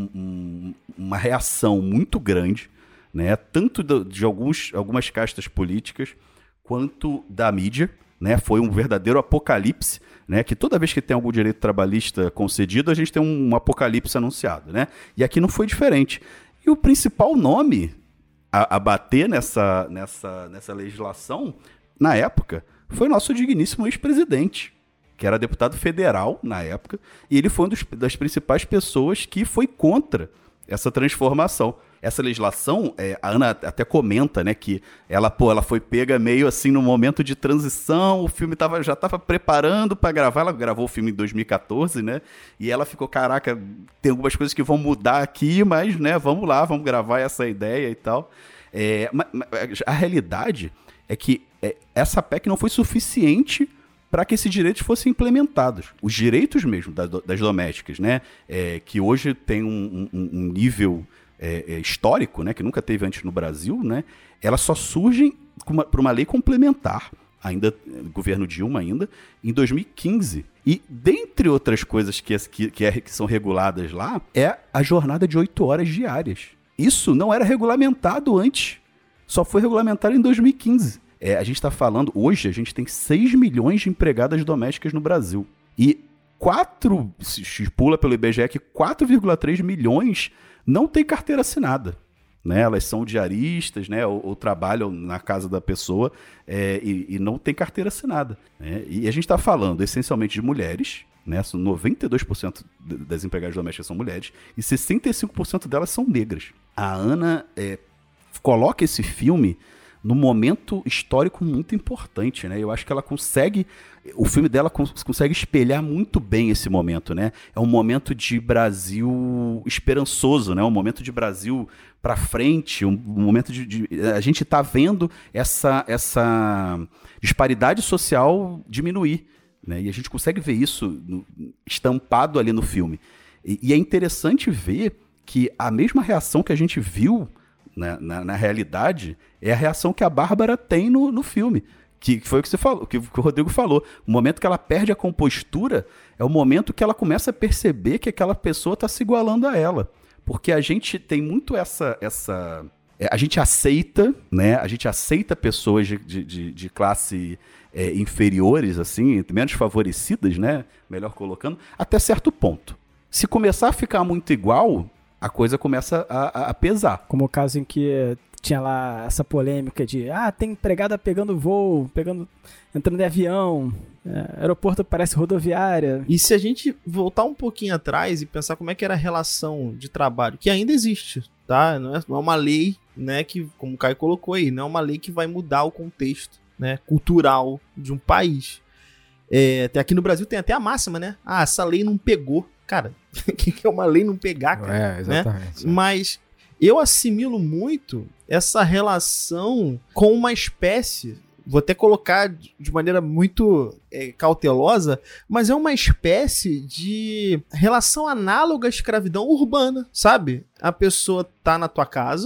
uma reação muito grande, né, tanto de algumas castas políticas, quanto da mídia. Né, foi um verdadeiro apocalipse, né, que toda vez que tem algum direito trabalhista concedido, a gente tem um apocalipse anunciado. Né? E aqui não foi diferente. E o principal nome... a bater nessa legislação, na época, foi o nosso digníssimo ex-presidente, que era deputado federal na época, e ele foi uma das principais pessoas que foi contra essa transformação. Essa legislação, a Ana até comenta, né, que ela foi pega meio assim no momento de transição, o filme já estava preparando para gravar, ela gravou o filme em 2014, né, e ela ficou, caraca, tem algumas coisas que vão mudar aqui, mas, né, vamos lá, vamos gravar essa ideia e tal. A realidade é que essa PEC não foi suficiente para que esses direitos fossem implementados. Os direitos mesmo das domésticas, né, que hoje tem um nível... histórico, né, que nunca teve antes no Brasil, né, elas só surgem por uma lei complementar, ainda governo Dilma ainda, em 2015. E, dentre outras coisas que são reguladas lá, é a jornada de 8 horas diárias. Isso não era regulamentado antes, só foi regulamentado em 2015. A gente está falando, hoje a gente tem 6 milhões de empregadas domésticas no Brasil. E se estipula pelo IBGE que 4,3 milhões não tem carteira assinada, né? Elas são diaristas, né? ou trabalham na casa da pessoa e não tem carteira assinada, né? E a gente está falando essencialmente de mulheres, né? 92% das empregadas domésticas são mulheres e 65% delas são negras. A Ana coloca esse filme num momento histórico muito importante, né? Eu acho que ela o filme dela consegue espelhar muito bem esse momento, né? É um momento de Brasil esperançoso, né? Um momento de Brasil para frente, um momento a gente tá vendo essa disparidade social diminuir, né? E a gente consegue ver isso estampado ali no filme. E é interessante ver que a mesma reação que a gente viu na realidade, é a reação que a Bárbara tem no filme. Que foi o que você falou, que o Rodrigo falou. O momento que ela perde a compostura é o momento que ela começa a perceber que aquela pessoa está se igualando a ela. Porque a gente tem muito a gente aceita, né? A gente aceita pessoas de classe inferiores, assim, menos favorecidas, né? Melhor colocando, até certo ponto. Se começar a ficar muito igual, a coisa começa a pesar. Como o caso em que tinha lá essa polêmica de tem empregada pegando voo, entrando em avião, aeroporto parece rodoviária. E se a gente voltar um pouquinho atrás e pensar como é que era a relação de trabalho, que ainda existe, tá? Não é uma lei, né, que, como o Caio colocou aí, não é uma lei que vai mudar o contexto, né, cultural de um país. Até aqui no Brasil tem até a máxima, né? Essa lei não pegou. Cara, o que é uma lei não pegar, cara? Exatamente. Né? Mas eu assimilo muito essa relação com uma espécie, vou até colocar de maneira muito cautelosa, mas é uma espécie de relação análoga à escravidão urbana, sabe? A pessoa tá na tua casa,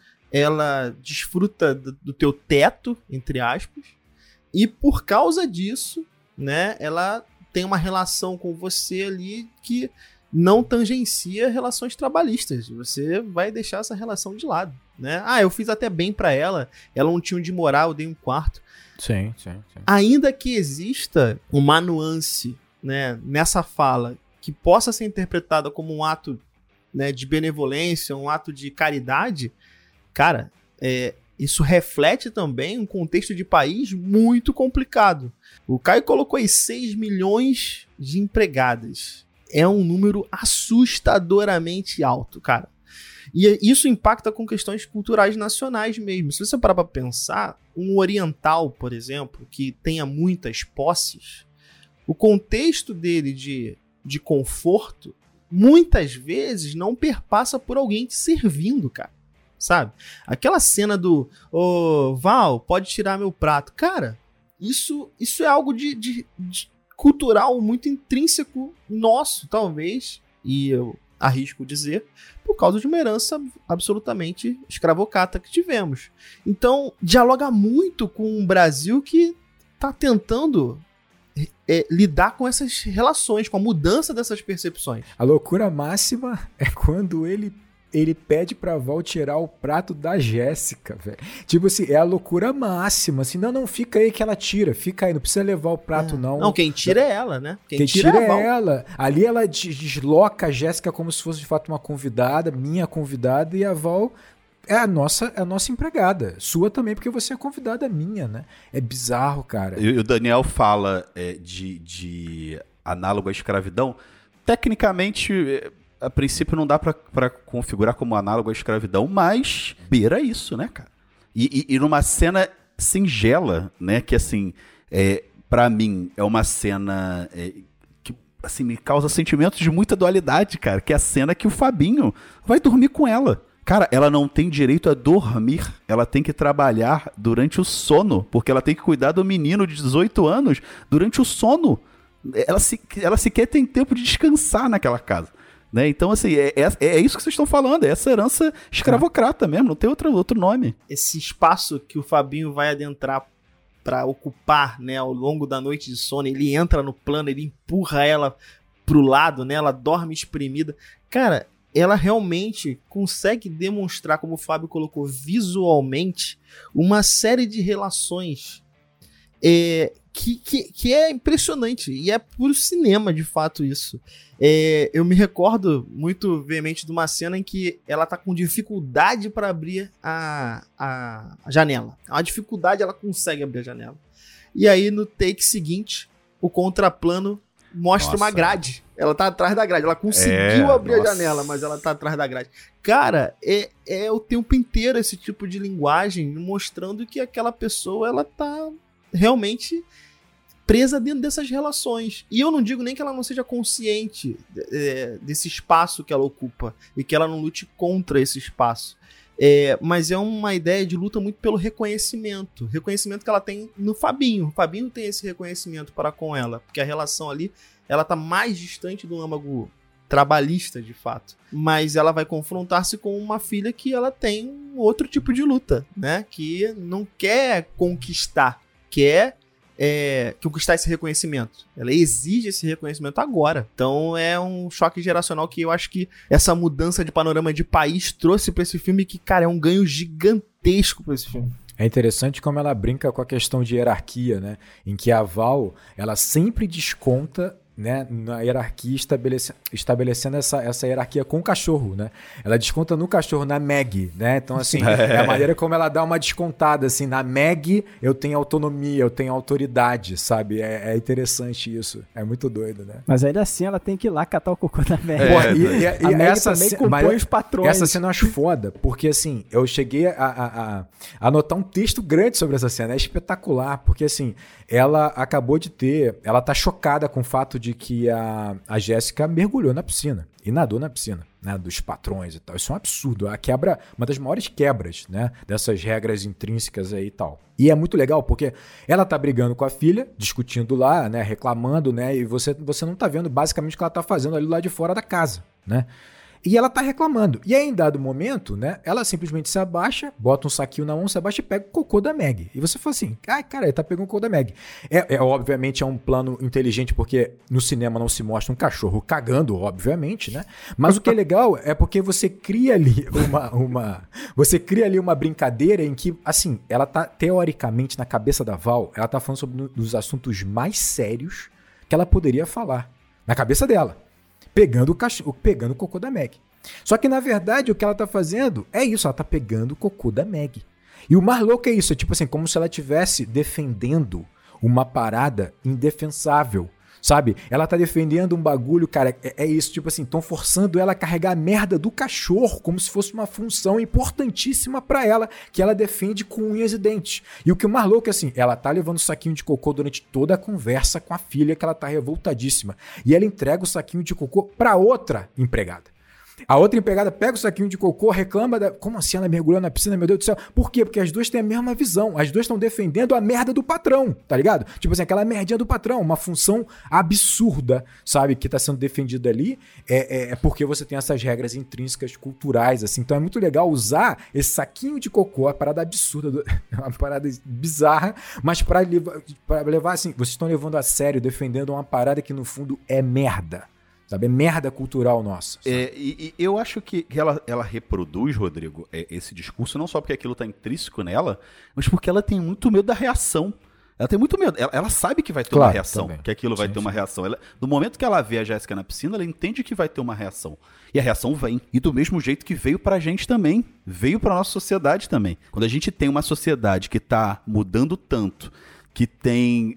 ela desfruta do teu teto, entre aspas, e por causa disso, né, ela tem uma relação com você ali que não tangencia relações trabalhistas. Você vai deixar essa relação de lado, né? Eu fiz até bem pra ela não tinha onde morar, eu dei um quarto. Sim. Ainda que exista uma nuance, né, nessa fala que possa ser interpretada como um ato, né, de benevolência, um ato de caridade, cara, isso reflete também um contexto de país muito complicado. O Caio colocou aí 6 milhões de empregadas. É um número assustadoramente alto, cara. E isso impacta com questões culturais nacionais mesmo. Se você parar pra pensar, um oriental, por exemplo, que tenha muitas posses, o contexto dele de conforto, muitas vezes não perpassa por alguém te servindo, cara. Sabe? Aquela cena do Val, pode tirar meu prato. Cara, isso é algo de cultural muito intrínseco nosso, talvez, e eu arrisco dizer, por causa de uma herança absolutamente escravocrata que tivemos. Então, dialoga muito com um Brasil que está tentando lidar com essas relações, com a mudança dessas percepções. A loucura máxima é quando ele pede pra Val tirar o prato da Jéssica, velho. Tipo assim, é a loucura máxima. Assim, não, fica aí que ela tira. Fica aí, não precisa levar o prato, não. Não, quem tira é ela, né? Quem tira é ela. Ali ela desloca a Jéssica como se fosse de fato uma convidada, minha convidada, e a Val é a nossa empregada. Sua também, porque você é convidada minha, né? É bizarro, cara. E o Daniel fala de análogo à escravidão. Tecnicamente, a princípio não dá pra configurar como análogo à escravidão, mas beira isso, né, cara? E numa cena singela, né, que assim, pra mim é uma cena que assim, me causa sentimentos de muita dualidade, cara, que é a cena que o Fabinho vai dormir com ela. Cara, ela não tem direito a dormir, ela tem que trabalhar durante o sono, porque ela tem que cuidar do menino de 18 anos durante o sono. Ela sequer tem tempo de descansar naquela casa. Né? Então, assim, é isso que vocês estão falando, é essa herança escravocrata mesmo, não tem outro nome. Esse espaço que o Fabinho vai adentrar para ocupar, né, ao longo da noite de sono, ele entra no plano, ele empurra ela pro lado, né, ela dorme espremida. Cara, ela realmente consegue demonstrar, como o Fábio colocou, visualmente, uma série de relações que é impressionante, e é puro cinema, de fato, isso. Eu me recordo muito veemente de uma cena em que ela tá com dificuldade para abrir a janela. A dificuldade, ela consegue abrir a janela. E aí, no take seguinte, o contraplano mostra uma grade. Ela tá atrás da grade. Ela conseguiu abrir a janela, mas ela tá atrás da grade. Cara, é o tempo inteiro esse tipo de linguagem mostrando que aquela pessoa, ela tá realmente presa dentro dessas relações. E eu não digo nem que ela não seja consciente desse espaço que ela ocupa e que ela não lute contra esse espaço. Mas é uma ideia de luta muito pelo reconhecimento. Reconhecimento que ela tem no Fabinho. O Fabinho tem esse reconhecimento para com ela, porque a relação ali, ela tá mais distante do âmago trabalhista, de fato. Mas ela vai confrontar-se com uma filha que ela tem um outro tipo de luta, né? Que não quer conquistar, quer conquistar esse reconhecimento. Ela exige esse reconhecimento agora. Então é um choque geracional que eu acho que essa mudança de panorama de país trouxe pra esse filme que, cara, é um ganho gigantesco pra esse filme. É interessante como ela brinca com a questão de hierarquia, né? Em que a Val, ela sempre desconta, né, na hierarquia, estabelecendo essa hierarquia com o cachorro, né? Ela desconta no cachorro, na Meg, né? Então, assim, é a maneira como ela dá uma descontada, assim, na Meg eu tenho autonomia, eu tenho autoridade, sabe? É interessante isso, é muito doido, né? Mas ainda assim ela tem que ir lá catar o cocô da Meg. A Meg essa também compõe os patrões. Essa cena eu acho foda, porque assim, eu cheguei a anotar um texto grande sobre essa cena, é espetacular, porque assim, ela acabou de ela tá chocada com o fato de que a Jéssica mergulhou na piscina e nadou na piscina, né, dos patrões e tal. Isso é um absurdo, uma das maiores quebras, né, dessas regras intrínsecas aí e tal. E é muito legal porque ela tá brigando com a filha, discutindo lá, né, reclamando, né, e você não tá vendo basicamente o que ela tá fazendo ali lá de fora da casa, né. E ela tá reclamando. E aí, em dado momento, né, ela simplesmente se abaixa, bota um saquinho na mão, se abaixa e pega o cocô da Meg. E você fala assim, ai, cara, ele tá pegando o cocô da Meg. Obviamente, é um plano inteligente, porque no cinema não se mostra um cachorro cagando, obviamente, né? Mas o que é legal é porque você cria ali uma brincadeira em que, assim, ela tá, teoricamente, na cabeça da Val, ela tá falando sobre os assuntos mais sérios que ela poderia falar. Na cabeça dela. Pegando o cocô da Meg. Só que, na verdade, o que ela tá fazendo é isso, ela tá pegando o cocô da Meg. E o mais louco é isso, é tipo assim, como se ela estivesse defendendo uma parada indefensável, sabe? Ela tá defendendo um bagulho, cara, é isso, tipo assim, estão forçando ela a carregar a merda do cachorro como se fosse uma função importantíssima pra ela, que ela defende com unhas e dentes. E o que é mais louco é assim, ela tá levando o saquinho de cocô durante toda a conversa com a filha, que ela tá revoltadíssima. E ela entrega o saquinho de cocô pra outra empregada. A outra empregada pega o saquinho de cocô, reclama como assim ela mergulhou na piscina, meu Deus do céu? Por quê? Porque as duas têm a mesma visão. As duas estão defendendo a merda do patrão, tá ligado? Tipo assim, aquela merdinha do patrão, uma função absurda, sabe? Que tá sendo defendida ali é porque você tem essas regras intrínsecas culturais, assim. Então é muito legal usar esse saquinho de cocô, a parada absurda, uma parada bizarra, mas pra levar assim, vocês estão levando a sério, defendendo uma parada que no fundo é merda. Sabe? É merda cultural nossa. E eu acho que ela reproduz, Rodrigo, esse discurso, não só porque aquilo tá intrínseco nela, mas porque ela tem muito medo da reação. Ela tem muito medo. Ela sabe que vai ter uma reação, também. Que aquilo vai ter uma reação. No momento que ela vê a Jéssica na piscina, ela entende que vai ter uma reação. E a reação vem. E do mesmo jeito que veio pra gente também. Veio pra nossa sociedade também. Quando a gente tem uma sociedade que tá mudando tanto, que tem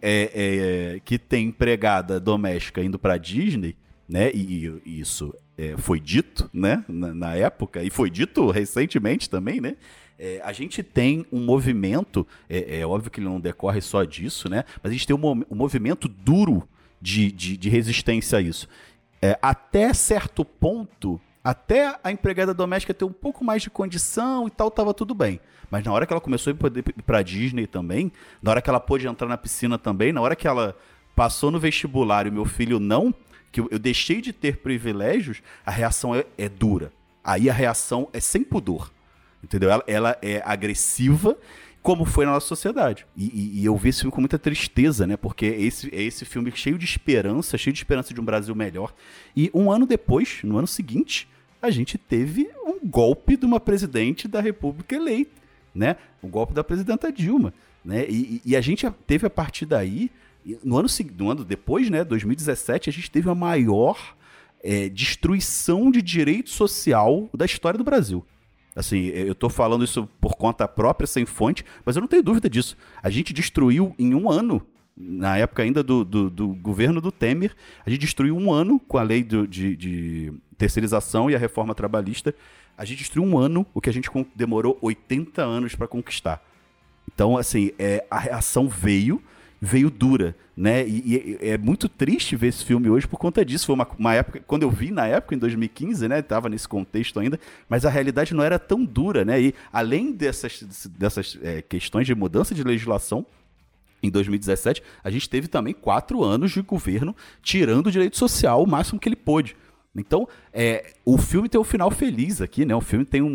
empregada doméstica indo pra Disney, né? E isso foi dito, né? Na época, e foi dito recentemente também, né? A gente tem um movimento, é óbvio que ele não decorre só disso, né? Mas a gente tem um movimento duro de resistência a isso. Até certo ponto, até a empregada doméstica ter um pouco mais de condição e tal, tava tudo bem. Mas na hora que ela começou a poder ir pra Disney também, na hora que ela pôde entrar na piscina também, na hora que ela passou no vestibular e o meu filho não, que eu deixei de ter privilégios, a reação é dura. Aí a reação é sem pudor. Entendeu? Ela é agressiva, como foi na nossa sociedade. E eu vi esse filme com muita tristeza, né? Porque esse filme cheio de esperança de um Brasil melhor. E um ano depois, no ano seguinte, a gente teve um golpe de uma presidente da República eleita, né? O golpe da presidenta Dilma, né? E a gente teve a partir daí, no ano depois, né, 2017, a gente teve a maior destruição de direito social da história do Brasil. Assim, eu tô falando isso por conta própria, sem fonte, mas eu não tenho dúvida disso. A gente destruiu em um ano, na época ainda do governo do Temer, a gente destruiu um ano com a lei de terceirização e a reforma trabalhista. A gente destruiu um ano, o que a gente demorou 80 anos para conquistar. Então, assim, a reação veio dura, né? E é muito triste ver esse filme hoje por conta disso. Foi uma época, quando eu vi na época, em 2015, né? Tava nesse contexto ainda, mas a realidade não era tão dura, né? E além dessas questões de mudança de legislação, em 2017, a gente teve também 4 anos de governo tirando o direito social o máximo que ele pôde, Então, o filme tem um final feliz aqui, né? O filme tem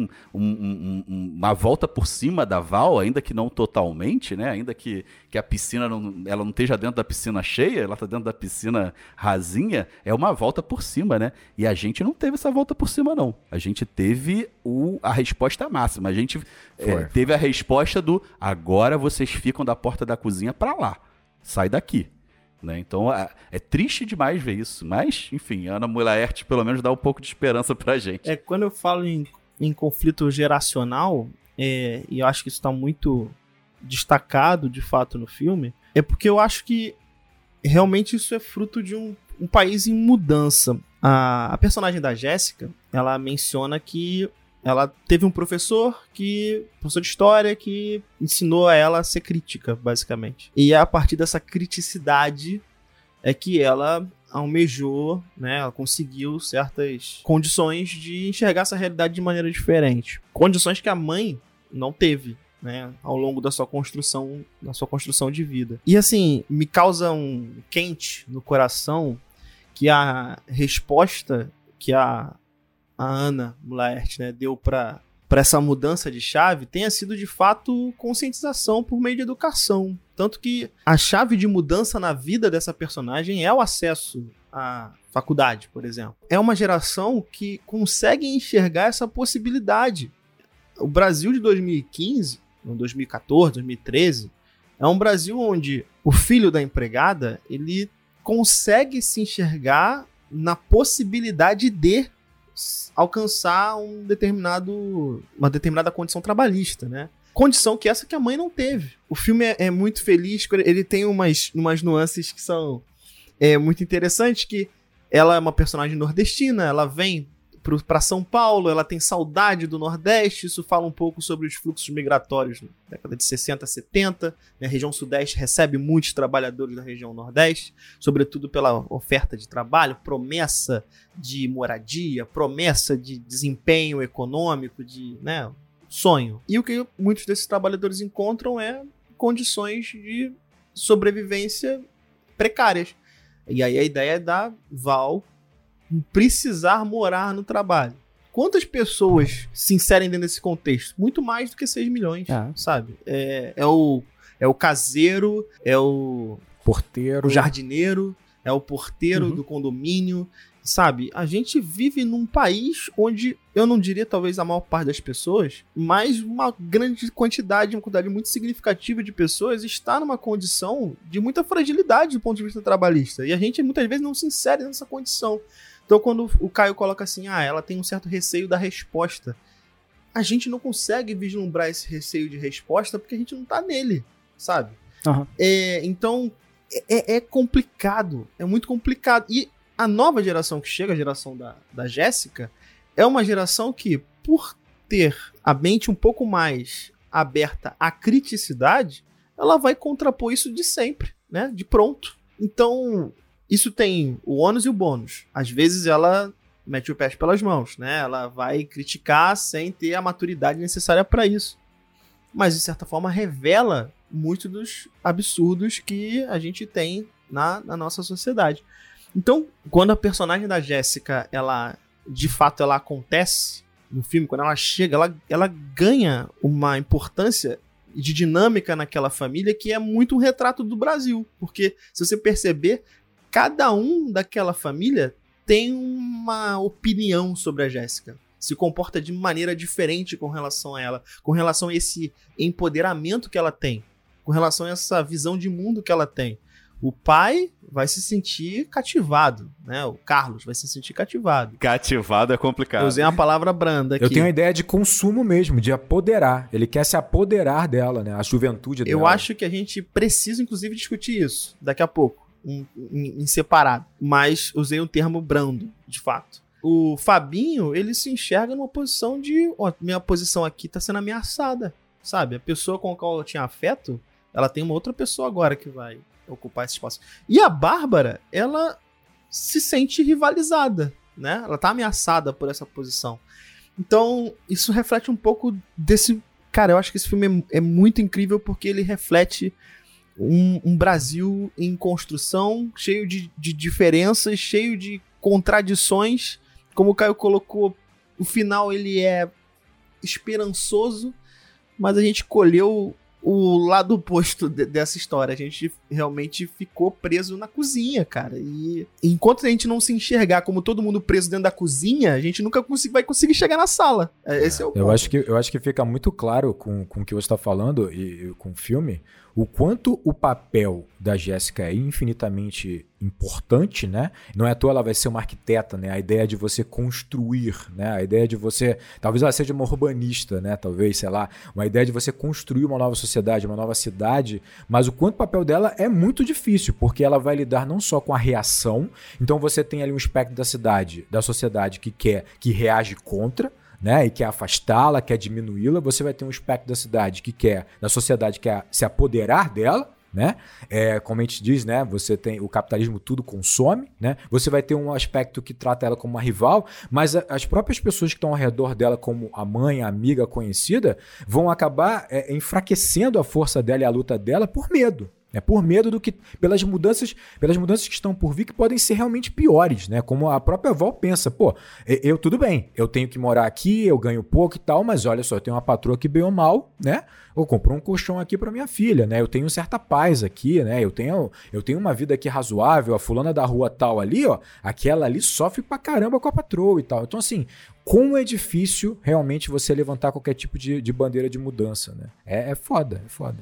uma volta por cima da Val, ainda que não totalmente, né? Ainda que a piscina ela não esteja dentro da piscina cheia, ela está dentro da piscina rasinha, é uma volta por cima, né? E a gente não teve essa volta por cima, não. A gente teve a resposta máxima. A gente teve a resposta do agora vocês ficam da porta da cozinha para lá. Sai daqui. Né? Então é triste demais ver isso, mas enfim, Ana Mulaert pelo menos dá um pouco de esperança pra gente. Quando eu falo em conflito geracional, e eu acho que isso está muito destacado de fato no filme, é porque eu acho que realmente isso é fruto de um país em mudança. A personagem da Jéssica, ela menciona que ela teve um professor de história que ensinou a ela a ser crítica, basicamente. E a partir dessa criticidade é que ela almejou, né, ela conseguiu certas condições de enxergar essa realidade de maneira diferente. Condições que a mãe não teve, né, ao longo da sua construção de vida. E assim, me causa um quente no coração que a resposta que a Ana Mulaert, né, deu para essa mudança de chave tenha sido de fato conscientização por meio de educação. Tanto que a chave de mudança na vida dessa personagem é o acesso à faculdade, por exemplo. É uma geração que consegue enxergar essa possibilidade. O Brasil de 2015, 2014, 2013, é um Brasil onde o filho da empregada ele consegue se enxergar na possibilidade de alcançar uma determinada condição trabalhista, né? Condição que essa que a mãe não teve. O filme é muito feliz, ele tem umas nuances que são muito interessantes, que ela é uma personagem nordestina, ela vem para São Paulo, ela tem saudade do Nordeste, isso fala um pouco sobre os fluxos migratórios na década de 60, 70, né? A região Sudeste recebe muitos trabalhadores da região Nordeste, sobretudo pela oferta de trabalho, promessa de moradia, promessa de desempenho econômico, né, sonho. E o que muitos desses trabalhadores encontram é condições de sobrevivência precárias. E aí a ideia da Val precisar morar no trabalho. Quantas pessoas se inserem dentro desse contexto? Muito mais do que 6 milhões, sabe? É o caseiro, é o porteiro, o jardineiro, é o porteiro do condomínio, sabe? A gente vive num país onde, eu não diria talvez a maior parte das pessoas, mas uma grande quantidade, uma quantidade muito significativa de pessoas está numa condição de muita fragilidade do ponto de vista trabalhista. E a gente muitas vezes não se insere nessa condição. Então, quando o Caio coloca assim, ela tem um certo receio da resposta, a gente não consegue vislumbrar esse receio de resposta porque a gente não tá nele, sabe? Uhum. Então, é complicado, é muito complicado. E a nova geração que chega, a geração da Jéssica, é uma geração que, por ter a mente um pouco mais aberta à criticidade, ela vai contrapor isso de sempre, né? De pronto. Então, isso tem o ônus e o bônus. Às vezes ela mete o pé pelas mãos, né? Ela vai criticar sem ter a maturidade necessária para isso. Mas, de certa forma, revela muitos dos absurdos que a gente tem na nossa sociedade. Então, quando a personagem da Jéssica, de fato, ela acontece no filme, quando ela chega, ela ganha uma importância de dinâmica naquela família que é muito um retrato do Brasil. Porque, se você perceber, cada um daquela família tem uma opinião sobre a Jéssica. Se comporta de maneira diferente com relação a ela, com relação a esse empoderamento que ela tem, com relação a essa visão de mundo que ela tem. O pai vai se sentir cativado, né? O Carlos vai se sentir cativado. Cativado é complicado. Eu usei uma palavra branda aqui. Eu tenho a ideia de consumo mesmo, de apoderar. Ele quer se apoderar dela, né? A juventude dela. Eu acho que a gente precisa, inclusive, discutir isso daqui a pouco, em separado. Mas usei um termo brando, de fato. O Fabinho, ele se enxerga numa posição de... minha posição aqui tá sendo ameaçada, sabe? A pessoa com a qual eu tinha afeto, ela tem uma outra pessoa agora que vai ocupar esse espaço. E a Bárbara, ela se sente rivalizada, né? Ela tá ameaçada por essa posição. Então, isso reflete um pouco desse... Cara, eu acho que esse filme é muito incrível porque ele reflete um Brasil em construção, cheio de diferenças, cheio de contradições como o Caio colocou, o final ele é esperançoso, mas a gente colheu o lado oposto dessa história. A gente realmente ficou preso na cozinha, cara. E enquanto a gente não se enxergar como todo mundo preso dentro da cozinha, a gente nunca vai conseguir chegar na sala. Esse é o ponto. Eu acho que fica muito claro com o que você está falando e com o filme, o quanto o papel da Jéssica é infinitamente importante, né? Não é à toa ela vai ser uma arquiteta, né? A ideia de você construir, né? A ideia de você... Talvez ela seja uma urbanista, né? Talvez, sei lá, uma ideia de você construir uma nova sociedade, uma nova cidade, mas o quanto o papel dela é muito difícil, porque ela vai lidar não só com a reação, então você tem ali um espectro da cidade, da sociedade que reage contra, né, e quer afastá-la, quer diminuí-la. Você vai ter um espectro da cidade da sociedade que quer se apoderar dela, né? Como a gente diz, né? Você tem o capitalismo, tudo consome, né? Você vai ter um aspecto que trata ela como uma rival, mas as próprias pessoas que estão ao redor dela, como a mãe, a amiga, a conhecida, vão acabar enfraquecendo a força dela e a luta dela por medo. Por medo do que pelas mudanças que estão por vir, que podem ser realmente piores, né? Como a própria Val pensa, tudo bem, eu tenho que morar aqui, eu ganho pouco e tal, mas olha só, eu tenho uma patroa que bem ou mal, né? Eu compro um colchão aqui para minha filha, né? Eu tenho certa paz aqui, né? Eu tenho uma vida aqui razoável, a fulana da rua tal ali, ó, aquela ali sofre pra caramba com a patroa e tal. Então, assim, como é difícil realmente você levantar qualquer tipo de bandeira de mudança, né? É foda, é foda.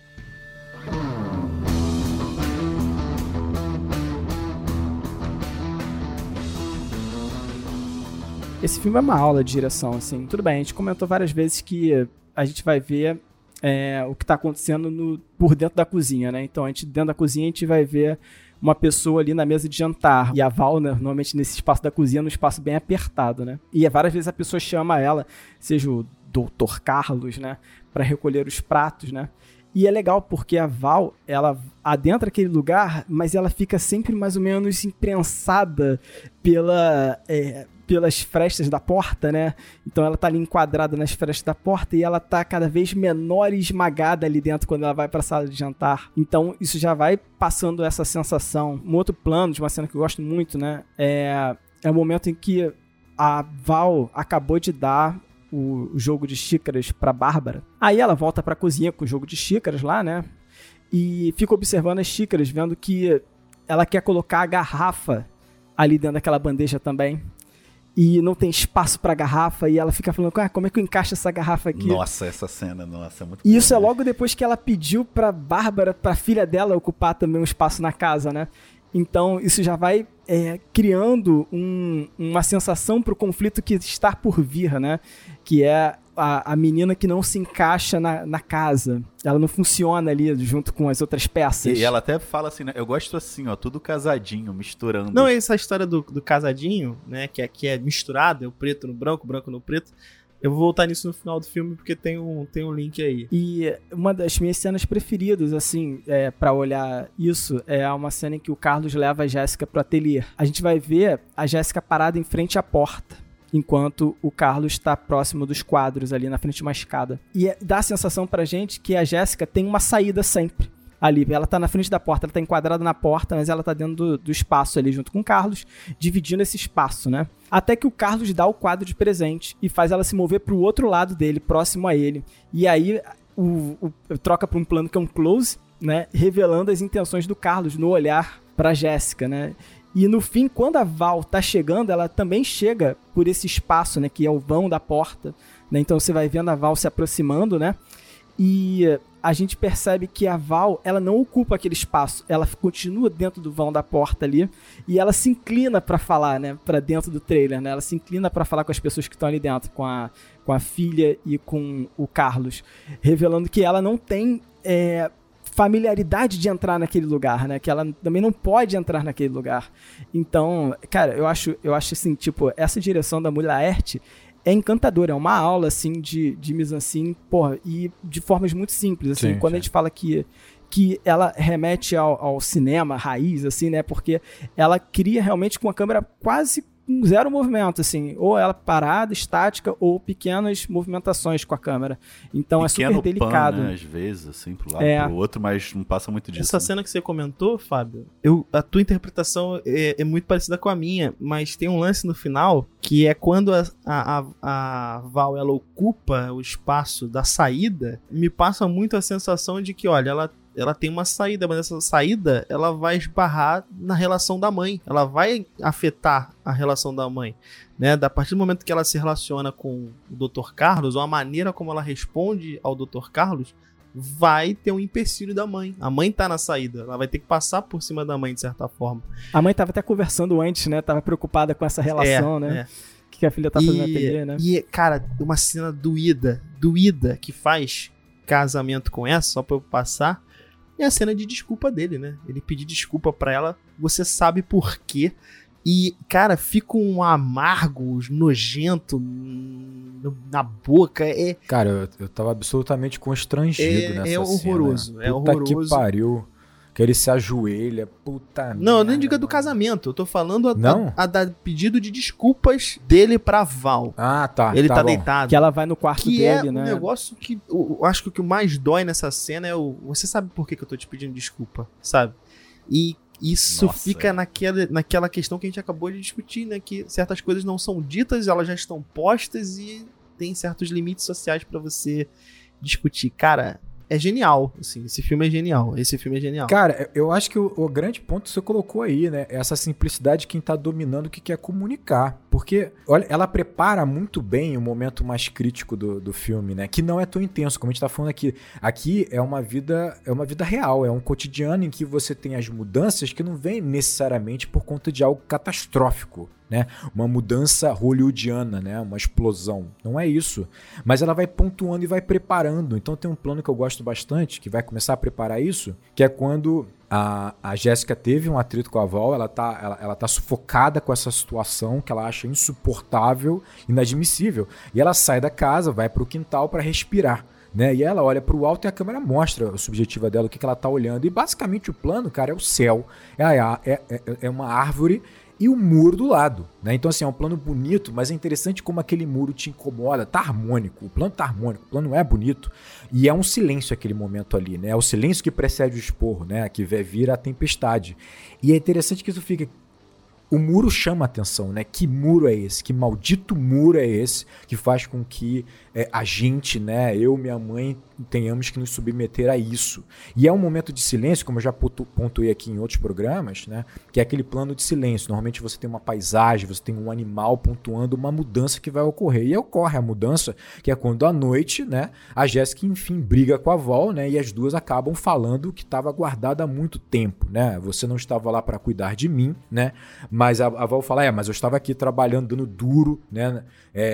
Esse filme é uma aula de direção, assim. Tudo bem, a gente comentou várias vezes que a gente vai ver o que está acontecendo por dentro da cozinha, né? Então, dentro da cozinha, a gente vai ver uma pessoa ali na mesa de jantar. E a Val, né, normalmente nesse espaço da cozinha, num espaço bem apertado, né? E várias vezes a pessoa chama ela, seja o Dr. Carlos, né? Para recolher os pratos, né? E é legal porque a Val, ela adentra aquele lugar, mas ela fica sempre mais ou menos imprensada pelas frestas da porta, né? Então ela tá ali enquadrada nas frestas da porta e ela tá cada vez menor e esmagada ali dentro quando ela vai pra sala de jantar. Então isso já vai passando essa sensação. Um outro plano de uma cena que eu gosto muito, né? É o momento em que a Val acabou de dar o jogo de xícaras pra Bárbara. Aí ela volta pra cozinha com o jogo de xícaras lá, né? E fica observando as xícaras, vendo que ela quer colocar a garrafa ali dentro daquela bandeja também. E não tem espaço pra garrafa, e ela fica falando, como é que eu encaixo essa garrafa aqui? Nossa, essa cena, é muito E isso é logo depois que ela pediu pra Bárbara, pra filha dela, ocupar também um espaço na casa, né? Então, isso já vai criando uma sensação pro conflito que está por vir, né? Que é a menina que não se encaixa na casa. Ela não funciona ali junto com as outras peças. E ela até fala assim, né? Eu gosto assim, ó, tudo casadinho, misturando. Não, essa história do casadinho, né? Que é misturado, é o preto no branco, o branco no preto. Eu vou voltar nisso no final do filme, porque tem um link aí. E uma das minhas cenas preferidas, assim, pra olhar isso, é uma cena em que o Carlos leva a Jéssica pro ateliê. A gente vai ver a Jéssica parada em frente à porta, enquanto o Carlos está próximo dos quadros ali na frente de uma escada. E dá a sensação pra gente que a Jéssica tem uma saída sempre ali. Ela tá na frente da porta, ela tá enquadrada na porta, mas ela tá dentro do espaço ali junto com o Carlos, dividindo esse espaço, né? Até que o Carlos dá o quadro de presente e faz ela se mover pro outro lado dele, próximo a ele. E aí troca pra um plano que é um close, né? Revelando as intenções do Carlos no olhar pra Jéssica, né? E no fim, quando a Val tá chegando, ela também chega por esse espaço, né? Que é o vão da porta, né? Então você vai vendo a Val se aproximando, né? E a gente percebe que a Val, ela não ocupa aquele espaço, ela continua dentro do vão da porta ali, e ela se inclina pra falar, né, pra dentro do trailer, né, ela se inclina pra falar com as pessoas que estão ali dentro, com a filha e com o Carlos, revelando que ela não tem familiaridade de entrar naquele lugar, né, que ela também não pode entrar naquele lugar. Então, cara, eu acho assim, tipo, essa direção da Mula Laerte é encantadora, é uma aula, assim, de mise-en-scène, porra, e de formas muito simples, assim, quando a gente fala que ela remete ao cinema raiz, assim, né, porque ela cria realmente com uma câmera quase com zero movimento, assim. Ou ela parada, estática, ou pequenas movimentações com a câmera. Então Pequeno é super delicado. Pan, né, às vezes, assim, pro lado, pro outro, mas não passa muito disso. Essa cena que você comentou, Fábio, a tua interpretação é muito parecida com a minha, mas tem um lance no final que é quando a Val, ela ocupa o espaço da saída, me passa muito a sensação de que, olha, ela tem uma saída, mas essa saída ela vai esbarrar na relação da mãe. Ela vai afetar a relação da mãe, né? A partir do momento que ela se relaciona com o Dr. Carlos, ou a maneira como ela responde ao Dr. Carlos, vai ter um empecilho da mãe. A mãe tá na saída, ela vai ter que passar por cima da mãe de certa forma. A mãe tava até conversando antes, né? Tava preocupada com essa relação, né? O que a filha tá fazendo na TV, né? E, cara, uma cena doída que faz casamento com essa, só pra eu passar, é a cena de desculpa dele, né? Ele pedir desculpa pra ela, você sabe por quê. E, cara, fica um amargo, nojento na boca. Cara, eu tava absolutamente constrangido nessa cena. É horroroso, é horroroso. Puta que pariu. Que ele se ajoelha, puta Não, eu nem digo do casamento, eu tô falando a da pedido de desculpas dele pra Val. Ah, tá. Ele tá bom. deitado. Que ela vai no quarto dele, né? É um negócio que eu acho que o que mais dói nessa cena é você sabe por que eu tô te pedindo desculpa, sabe? E isso fica naquela questão que a gente acabou de discutir, né? Que certas coisas não são ditas, elas já estão postas e tem certos limites sociais pra você discutir. Cara, é genial, assim, esse filme é genial. Cara, eu acho que o grande ponto que você colocou aí, né, é essa simplicidade de quem tá dominando o que quer comunicar. Porque, olha, ela prepara muito bem o momento mais crítico do filme, né, que não é tão intenso, como a gente tá falando aqui. Aqui é uma vida real, é um cotidiano em que você tem as mudanças que não vêm necessariamente por conta de algo catastrófico, né? Uma mudança hollywoodiana, né? Uma explosão. Não é isso. Mas ela vai pontuando e vai preparando. Então tem um plano que eu gosto bastante, que vai começar a preparar isso, que é quando a Jéssica teve um atrito com a Val, ela tá sufocada com essa situação que ela acha insuportável, inadmissível. E ela sai da casa, vai pro quintal para respirar, né? E ela olha pro alto e a câmera mostra a subjetiva dela, o que ela tá olhando. E basicamente o plano, cara, é o céu. É uma árvore e o muro do lado, né? Então, assim, é um plano bonito, mas é interessante como aquele muro te incomoda. Tá harmônico, o plano tá harmônico, o plano é bonito. E é um silêncio aquele momento ali, né? É o silêncio que precede o esporro, né? Que vira a tempestade. E é interessante que isso fica... O muro chama a atenção, né? Que muro é esse? Que maldito muro é esse que faz com que a gente, né? Eu, minha mãe, tenhamos que nos submeter a isso. E é um momento de silêncio, como eu já pontuei aqui em outros programas, né? Que é aquele plano de silêncio. Normalmente você tem uma paisagem, você tem um animal pontuando uma mudança que vai ocorrer. E ocorre a mudança, que é quando à noite, né? A Jéssica, enfim, briga com a Val, né? E as duas acabam falando o que estava guardado há muito tempo, né? Você não estava lá para cuidar de mim, né? Mas a Val fala, mas eu estava aqui trabalhando, dando duro, né?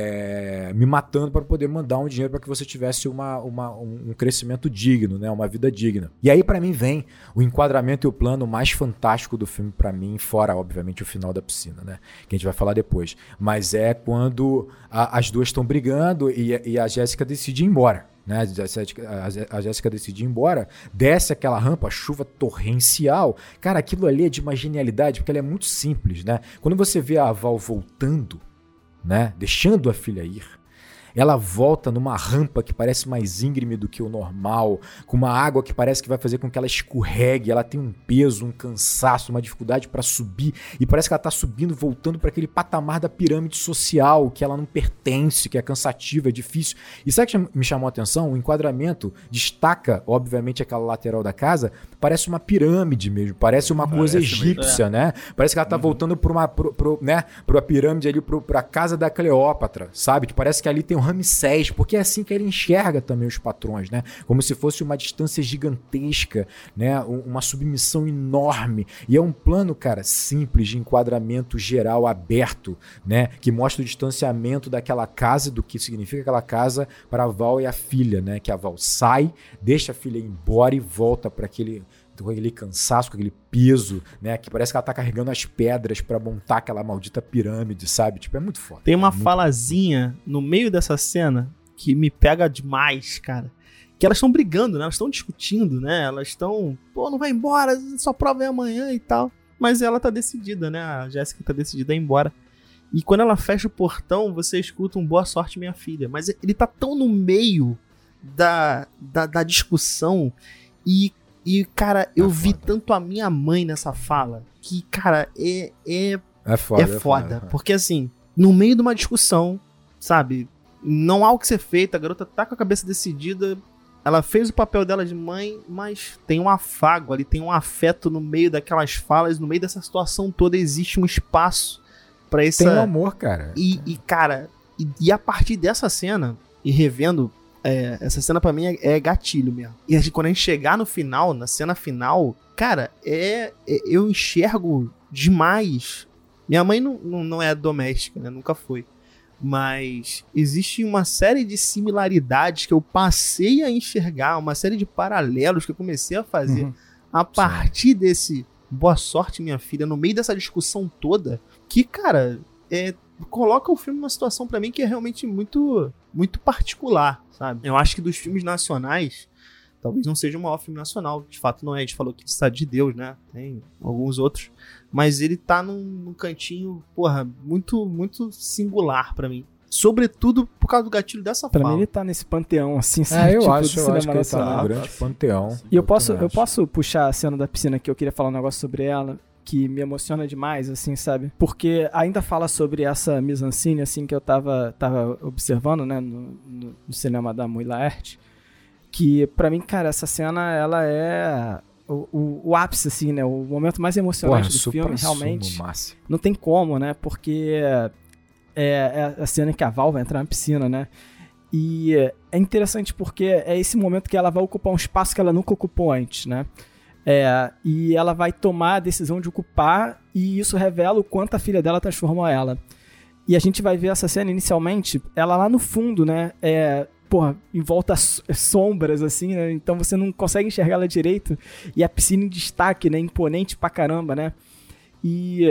Me matando para poder mandar um dinheiro para que você tivesse um crescimento digno, né? Uma vida digna. E aí para mim vem o enquadramento e o plano mais fantástico do filme para mim, fora obviamente o final da piscina, né? Que a gente vai falar depois. Mas é quando as duas estão brigando e a Jéssica decide ir embora, né? A Jéssica decide ir embora, desce aquela rampa, chuva torrencial. Cara, aquilo ali é de uma genialidade, porque ela é muito simples, né? Quando você vê a Val voltando, né? Deixando a filha ir, ela volta numa rampa que parece mais íngreme do que o normal, com uma água que parece que vai fazer com que ela escorregue, ela tem um peso, um cansaço, uma dificuldade para subir, e parece que ela tá subindo, voltando para aquele patamar da pirâmide social, que ela não pertence, que é cansativo, é difícil. E sabe o que me chamou a atenção? O enquadramento destaca, obviamente, aquela lateral da casa, parece uma pirâmide mesmo, parece uma coisa egípcia, né? Parece que ela tá voltando pra uma pirâmide ali, pra casa da Cleópatra, sabe? Que parece que ali tem Ramsés, porque é assim que ele enxerga também os patrões, né? Como se fosse uma distância gigantesca, né? Uma submissão enorme. E é um plano, cara, simples, de enquadramento geral, aberto, né? Que mostra o distanciamento daquela casa, do que significa aquela casa para a Val e a filha, né? Que a Val sai, deixa a filha ir embora e volta para aquele cansaço, com aquele peso, né? Que parece que ela tá carregando as pedras pra montar aquela maldita pirâmide, sabe? Tipo, é muito foda. Tem uma falazinha no meio dessa cena que me pega demais, cara. Que elas estão brigando, né? Elas estão discutindo, né? Elas estão, não vai embora, sua prova é amanhã e tal. Mas ela tá decidida, né? A Jéssica tá decidida a ir embora. E quando ela fecha o portão, você escuta um boa sorte, minha filha. Mas ele tá tão no meio da discussão e cara, eu vi tanto a minha mãe nessa fala que, cara, é foda. Porque, assim, no meio de uma discussão, sabe, não há o que ser feito, a garota tá com a cabeça decidida, ela fez o papel dela de mãe, mas tem um afago ali, tem um afeto no meio daquelas falas, no meio dessa situação toda existe um espaço pra essa... Tem um amor, cara. Cara, a partir dessa cena, e revendo, essa cena pra mim é gatilho mesmo. E quando a gente chegar no final, na cena final, cara, eu enxergo demais. Minha mãe não é doméstica, né? Nunca foi. Mas existe uma série de similaridades que eu passei a enxergar, uma série de paralelos que eu comecei a fazer a partir desse boa sorte, minha filha, no meio dessa discussão toda, que, cara, coloca o filme numa situação pra mim que é realmente muito, muito particular, sabe? Eu acho que dos filmes nacionais, talvez não seja o maior filme nacional, de fato não é, a gente falou que de Cidade de Deus, né? Tem alguns outros, mas ele tá num cantinho, porra, muito, muito singular pra mim. Sobretudo por causa do gatilho dessa fala. Pra mim ele tá nesse panteão, assim, sabe? Eu tipo, acho que ele nacional. tá no grande panteão. E eu posso puxar a cena da piscina que eu queria falar um negócio sobre ela, que me emociona demais, assim, sabe? Porque ainda fala sobre essa mise-en-scène, assim, que eu tava observando, né, no cinema da Mui Laerte, que pra mim, cara, essa cena, ela é o ápice, assim, né, o momento mais emocionante do filme, realmente. Não tem como, né, porque é a cena em que a Val vai entrar na piscina, né, e é interessante porque é esse momento que ela vai ocupar um espaço que ela nunca ocupou antes, né. E ela vai tomar a decisão de ocupar, e isso revela o quanto a filha dela transformou ela. E a gente vai ver essa cena inicialmente, ela lá no fundo, né, em volta sombras, assim, né, então você não consegue enxergar ela direito, e a piscina em destaque, né, imponente pra caramba, né, e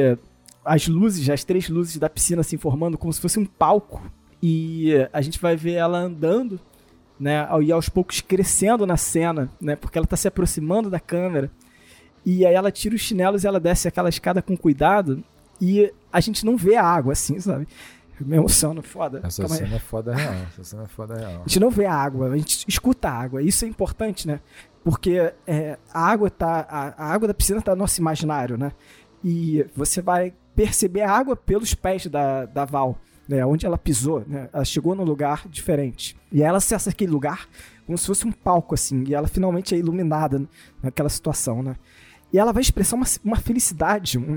as 3 luzes da piscina se formando como se fosse um palco, e a gente vai ver ela andando, né, e aos poucos crescendo na cena, né, porque ela tá se aproximando da câmera, e aí ela tira os chinelos e ela desce aquela escada com cuidado, e a gente não vê a água, assim, sabe? Me emociona, foda. Essa cena é foda real. A gente não vê a água, a gente escuta a água, isso é importante, né? Porque a água da piscina tá no nosso imaginário, né? E você vai perceber a água pelos pés da Val, né, onde ela pisou, né, ela chegou num lugar diferente. E ela acessa aquele lugar como se fosse um palco, assim, e ela finalmente é iluminada naquela situação, né. E ela vai expressar uma felicidade, um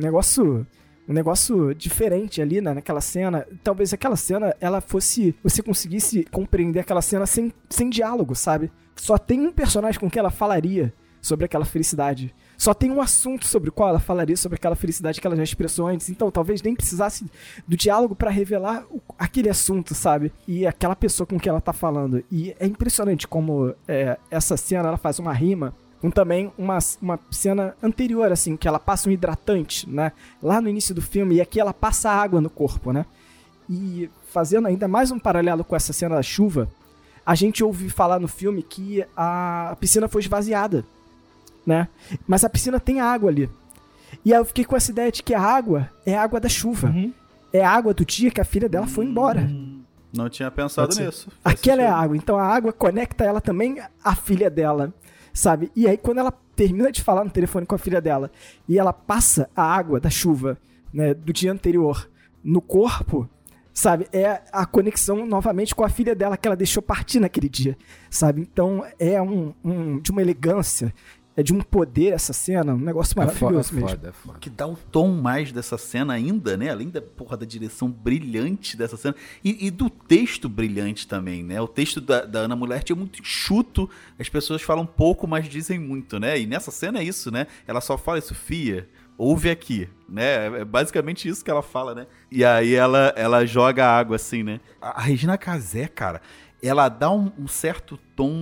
negócio diferente ali, né, naquela cena. Talvez aquela cena, você conseguisse compreender aquela cena sem diálogo, sabe? Só tem um personagem com quem ela falaria sobre aquela felicidade. Só tem um assunto sobre o qual ela falaria sobre aquela felicidade que ela já expressou antes. Então, talvez nem precisasse do diálogo para revelar aquele assunto, sabe? E aquela pessoa com quem ela tá falando. E é impressionante como essa cena, ela faz uma rima com também uma cena anterior, assim, que ela passa um hidratante, né? Lá no início do filme, e aqui ela passa água no corpo, né? E fazendo ainda mais um paralelo com essa cena da chuva, a gente ouve falar no filme que a piscina foi esvaziada, né? Mas a piscina tem água ali. E aí eu fiquei com essa ideia de que a água é a água da chuva. Uhum. É a água do dia que a filha dela foi embora. Não tinha pensado nisso. Aquela é a água. Então a água conecta ela também à filha dela, sabe? E aí quando ela termina de falar no telefone com a filha dela e ela passa a água da chuva, né, do dia anterior no corpo, sabe? É a conexão novamente com a filha dela que ela deixou partir naquele dia, sabe? Então é de uma elegância, é de um poder essa cena, um negócio maravilhoso mesmo. O que dá o tom mais dessa cena ainda, né? Além da direção brilhante dessa cena e do texto brilhante também, né? O texto da Ana Mullert é muito enxuto, as pessoas falam pouco, mas dizem muito, né? E nessa cena é isso, né? Ela só fala isso, Fia, ouve aqui, né? É basicamente isso que ela fala, né? E aí ela joga água assim, né? A Regina Casé, cara, ela dá um certo tom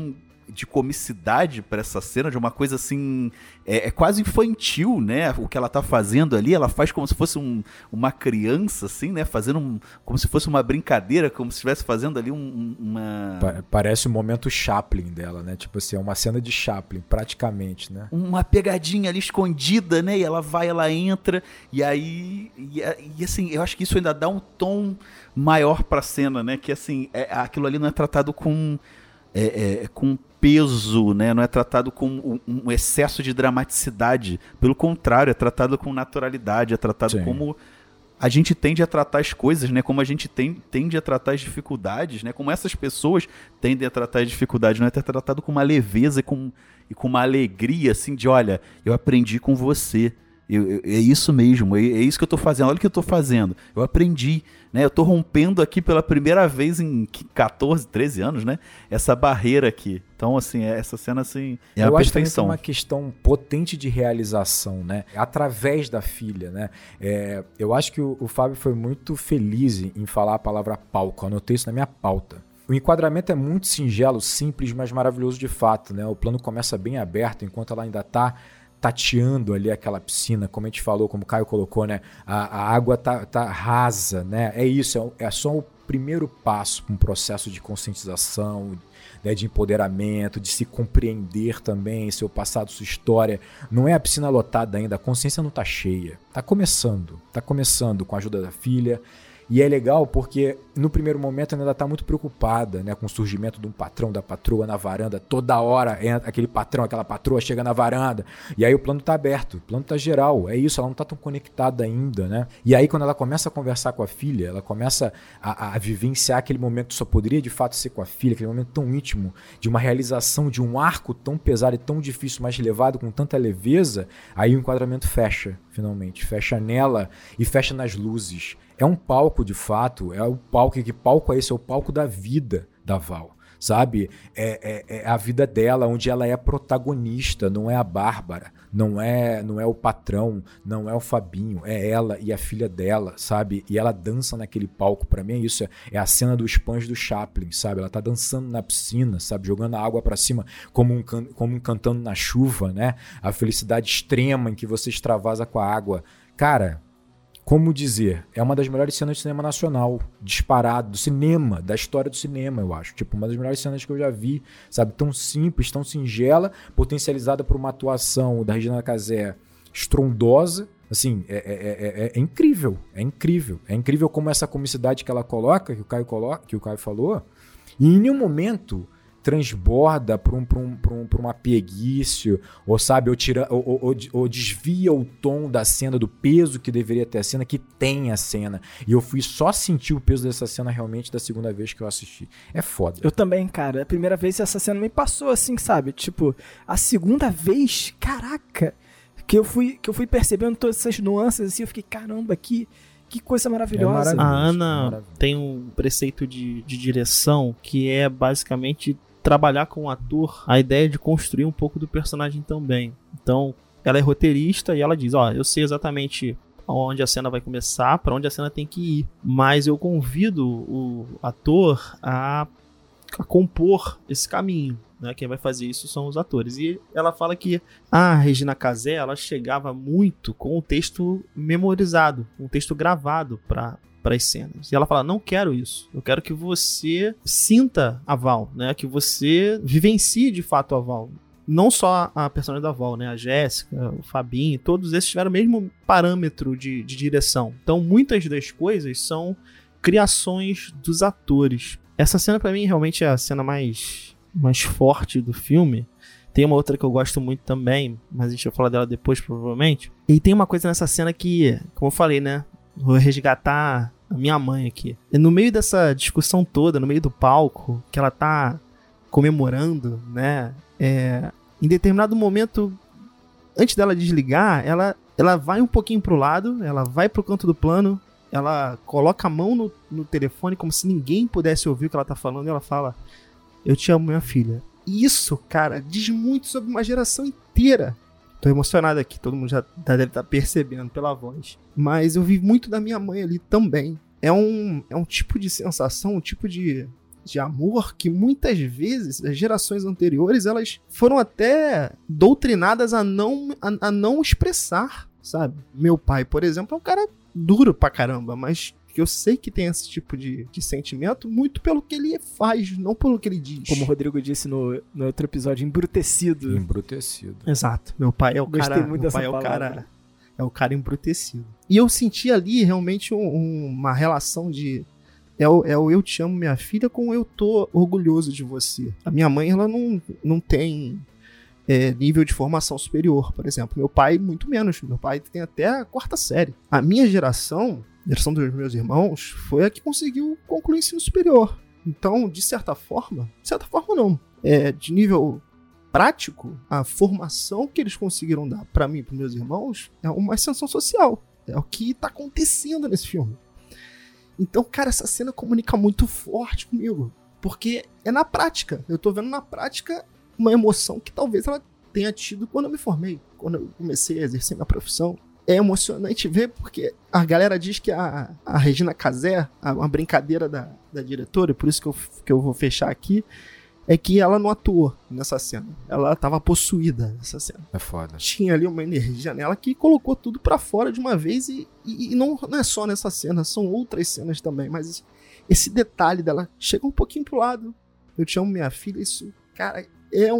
de comicidade pra essa cena, de uma coisa assim, é quase infantil, né? O que ela tá fazendo ali, ela faz como se fosse uma criança, assim, né? Fazendo como se fosse uma brincadeira, como se estivesse fazendo ali uma... Parece o momento Chaplin dela, né? Tipo assim, é uma cena de Chaplin, praticamente, né? Uma pegadinha ali escondida, né? E ela vai, ela entra, e aí... E assim, eu acho que isso ainda dá um tom maior pra cena, né? Que assim, aquilo ali não é tratado com peso, né? Não é tratado com um excesso de dramaticidade. Pelo contrário, é tratado com naturalidade, é tratado Sim. como a gente tende a tratar as coisas, né? Como a gente tende a tratar as dificuldades, né? Como essas pessoas tendem a tratar as dificuldades, não é tratado com uma leveza e com uma alegria, assim, de olha, eu aprendi com você. É isso mesmo, é isso que eu tô fazendo, olha o que eu tô fazendo, eu aprendi, né, eu tô rompendo aqui pela primeira vez em 14, 13 anos, né, essa barreira aqui. Então, assim, essa cena, assim, é a perfeição. Eu acho que é uma questão potente de realização, né, através da filha, né. Eu acho que o Fábio foi muito feliz em falar a palavra palco, eu anotei isso na minha pauta. O enquadramento é muito singelo, simples, mas maravilhoso de fato, né, o plano começa bem aberto, enquanto ela ainda tá tateando ali aquela piscina, como a gente falou, como o Caio colocou, né? A água tá rasa, né? É isso, é só o primeiro passo para um processo de conscientização, né, de empoderamento, de se compreender também, seu passado, sua história. Não é a piscina lotada ainda, a consciência não tá cheia. Tá começando com a ajuda da filha. E é legal porque no primeiro momento ela ainda está muito preocupada, né, com o surgimento de um patrão, da patroa na varanda. Toda hora entra aquele patrão, aquela patroa chega na varanda. E aí o plano está aberto, o plano está geral. É isso, ela não está tão conectada ainda, né? E aí quando ela começa a conversar com a filha, ela começa a vivenciar aquele momento que só poderia de fato ser com a filha, aquele momento tão íntimo, de uma realização de um arco tão pesado e tão difícil, mas levado com tanta leveza. Aí o enquadramento fecha, finalmente. Fecha nela e fecha nas luzes. É um palco, de fato, é o palco, que palco é esse? É o palco da vida da Val, sabe? É a vida dela, onde ela é a protagonista, não é a Bárbara, não é o patrão, não é o Fabinho, é ela e a filha dela, sabe? E ela dança naquele palco, pra mim é isso, é a cena do Sponge do Chaplin, sabe? Ela tá dançando na piscina, sabe? Jogando a água pra cima, como um cantando na chuva, né? A felicidade extrema em que você extravasa com a água. Cara... Como dizer, é uma das melhores cenas de cinema nacional, disparado, do cinema, da história do cinema, eu acho. Tipo, uma das melhores cenas que eu já vi, sabe? Tão simples, tão singela, potencializada por uma atuação da Regina Casé estrondosa. Assim, é incrível, é incrível. É incrível como essa comicidade que ela coloca, que o Caio falou, e em nenhum momento transborda para um apeguício, ou sabe, ou desvia o tom da cena, do peso que deveria ter a cena, que tem a cena. E eu fui só sentir o peso dessa cena realmente da segunda vez que eu assisti. É foda. Eu também, cara. A primeira vez essa cena me passou assim, sabe? Tipo, a segunda vez, caraca, que eu fui percebendo todas essas nuances assim, eu fiquei, caramba, que coisa maravilhosa. A Ana tem um preceito de direção que é basicamente trabalhar com o ator a ideia de construir um pouco do personagem também. Então, ela é roteirista e ela diz, eu sei exatamente onde a cena vai começar, para onde a cena tem que ir, mas eu convido o ator a compor esse caminho, né? Quem vai fazer isso são os atores. E ela fala que a Regina Casé, ela chegava muito com o texto memorizado, um texto gravado para as cenas. E ela fala, não quero isso. Eu quero que você sinta a Val, né? Que você vivencie de fato a Val. Não só a personagem da Val, né? A Jéssica, o Fabinho, todos esses tiveram o mesmo parâmetro de direção. Então, muitas das coisas são criações dos atores. Essa cena, pra mim, realmente é a cena mais forte do filme. Tem uma outra que eu gosto muito também, mas a gente vai falar dela depois, provavelmente. E tem uma coisa nessa cena que, como eu falei, né? Vou resgatar a minha mãe aqui. E no meio dessa discussão toda, no meio do palco, que ela tá comemorando, né? Em determinado momento, antes dela desligar, ela vai um pouquinho pro lado, ela vai pro canto do plano, ela coloca a mão no telefone como se ninguém pudesse ouvir o que ela tá falando, e ela fala, eu te amo, minha filha. E isso, cara, diz muito sobre uma geração inteira. Tô emocionado aqui, todo mundo já deve estar percebendo pela voz. Mas eu vi muito da minha mãe ali também. É um tipo de sensação, um tipo de de amor que muitas vezes as gerações anteriores elas foram até doutrinadas a não expressar, sabe? Meu pai, por exemplo, é um cara duro pra caramba, mas eu sei que tem esse tipo de sentimento muito pelo que ele faz, não pelo que ele diz. Como o Rodrigo disse no outro episódio, embrutecido. Embrutecido. Exato. Meu pai é o Gostei cara. muito Meu pai dessa palavra. é o cara embrutecido. E eu senti ali realmente uma relação de é o eu te amo, minha filha, com eu tô orgulhoso de você. A minha mãe, ela não tem nível de formação superior, por exemplo. Meu pai, muito menos. Meu pai tem até a 4ª série. A minha geração dos meus irmãos, foi a que conseguiu concluir o ensino superior. Então, de certa forma não. De nível prático, a formação que eles conseguiram dar pra mim e pros meus irmãos é uma ascensão social. É o que tá acontecendo nesse filme. Então, cara, essa cena comunica muito forte comigo. Porque é na prática. Eu tô vendo na prática uma emoção que talvez ela tenha tido quando eu me formei. Quando eu comecei a exercer minha profissão. É emocionante ver porque a galera diz que a Regina Casé, uma brincadeira da diretora, por isso que eu vou fechar aqui, é que ela não atuou nessa cena. Ela tava possuída nessa cena. É foda. Tinha ali uma energia nela que colocou tudo pra fora de uma vez e não é só nessa cena, são outras cenas também, mas esse detalhe dela chega um pouquinho pro lado. Eu te amo, minha filha, isso, cara, é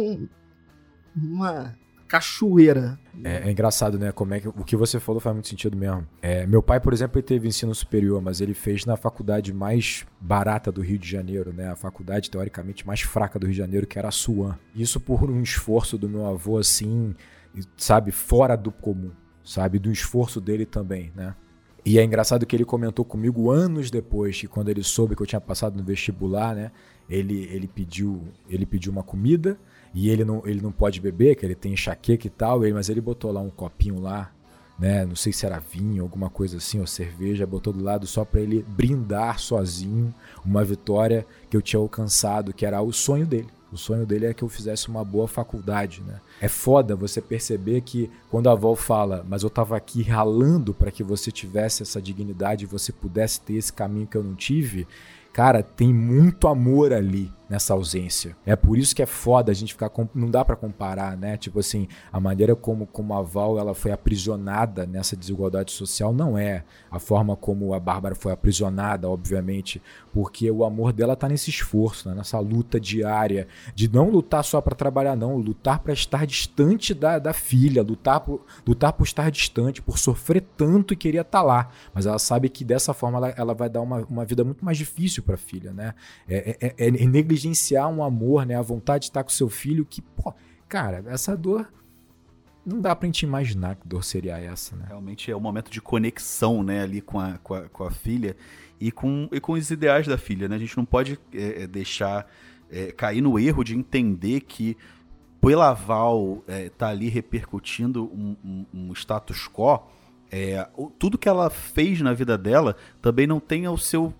uma cachoeira. É engraçado, né? Como é que o que você falou faz muito sentido mesmo. Meu pai, por exemplo, ele teve ensino superior, mas ele fez na faculdade mais barata do Rio de Janeiro, né? A faculdade, teoricamente, mais fraca do Rio de Janeiro, que era a SUAM. Isso por um esforço do meu avô, assim, sabe? Fora do comum, sabe? Do esforço dele também, né? E é engraçado que ele comentou comigo anos depois, que quando ele soube que eu tinha passado no vestibular, né? Ele pediu uma comida e ele não pode beber, que ele tem enxaqueca e tal, mas ele botou lá um copinho lá, né? Não sei se era vinho, alguma coisa assim, ou cerveja, botou do lado só para ele brindar sozinho uma vitória que eu tinha alcançado, que era o sonho dele. O sonho dele é que eu fizesse uma boa faculdade, né? É foda você perceber que quando a avó fala, mas eu tava aqui ralando para que você tivesse essa dignidade e você pudesse ter esse caminho que eu não tive, cara, tem muito amor ali nessa ausência. É por isso que é foda a gente ficar... Não dá pra comparar, né? Tipo assim, a maneira como a Val ela foi aprisionada nessa desigualdade social não é a forma como a Bárbara foi aprisionada, obviamente, porque o amor dela tá nesse esforço, né? Nessa luta diária de não lutar só pra trabalhar, não. Lutar pra estar distante da filha, lutar por estar distante, por sofrer tanto e queria estar lá. Mas ela sabe que dessa forma ela vai dar uma vida muito mais difícil pra filha, né? É negligenciar um amor, né? A vontade de estar com seu filho que, pô, cara, essa dor não dá pra gente imaginar que dor seria essa, né? Realmente é um momento de conexão, né, ali com a filha e com os ideais da filha, né? A gente não pode deixar cair no erro de entender que pela Val tá ali repercutindo um status quo, tudo que ela fez na vida dela também não tem o seu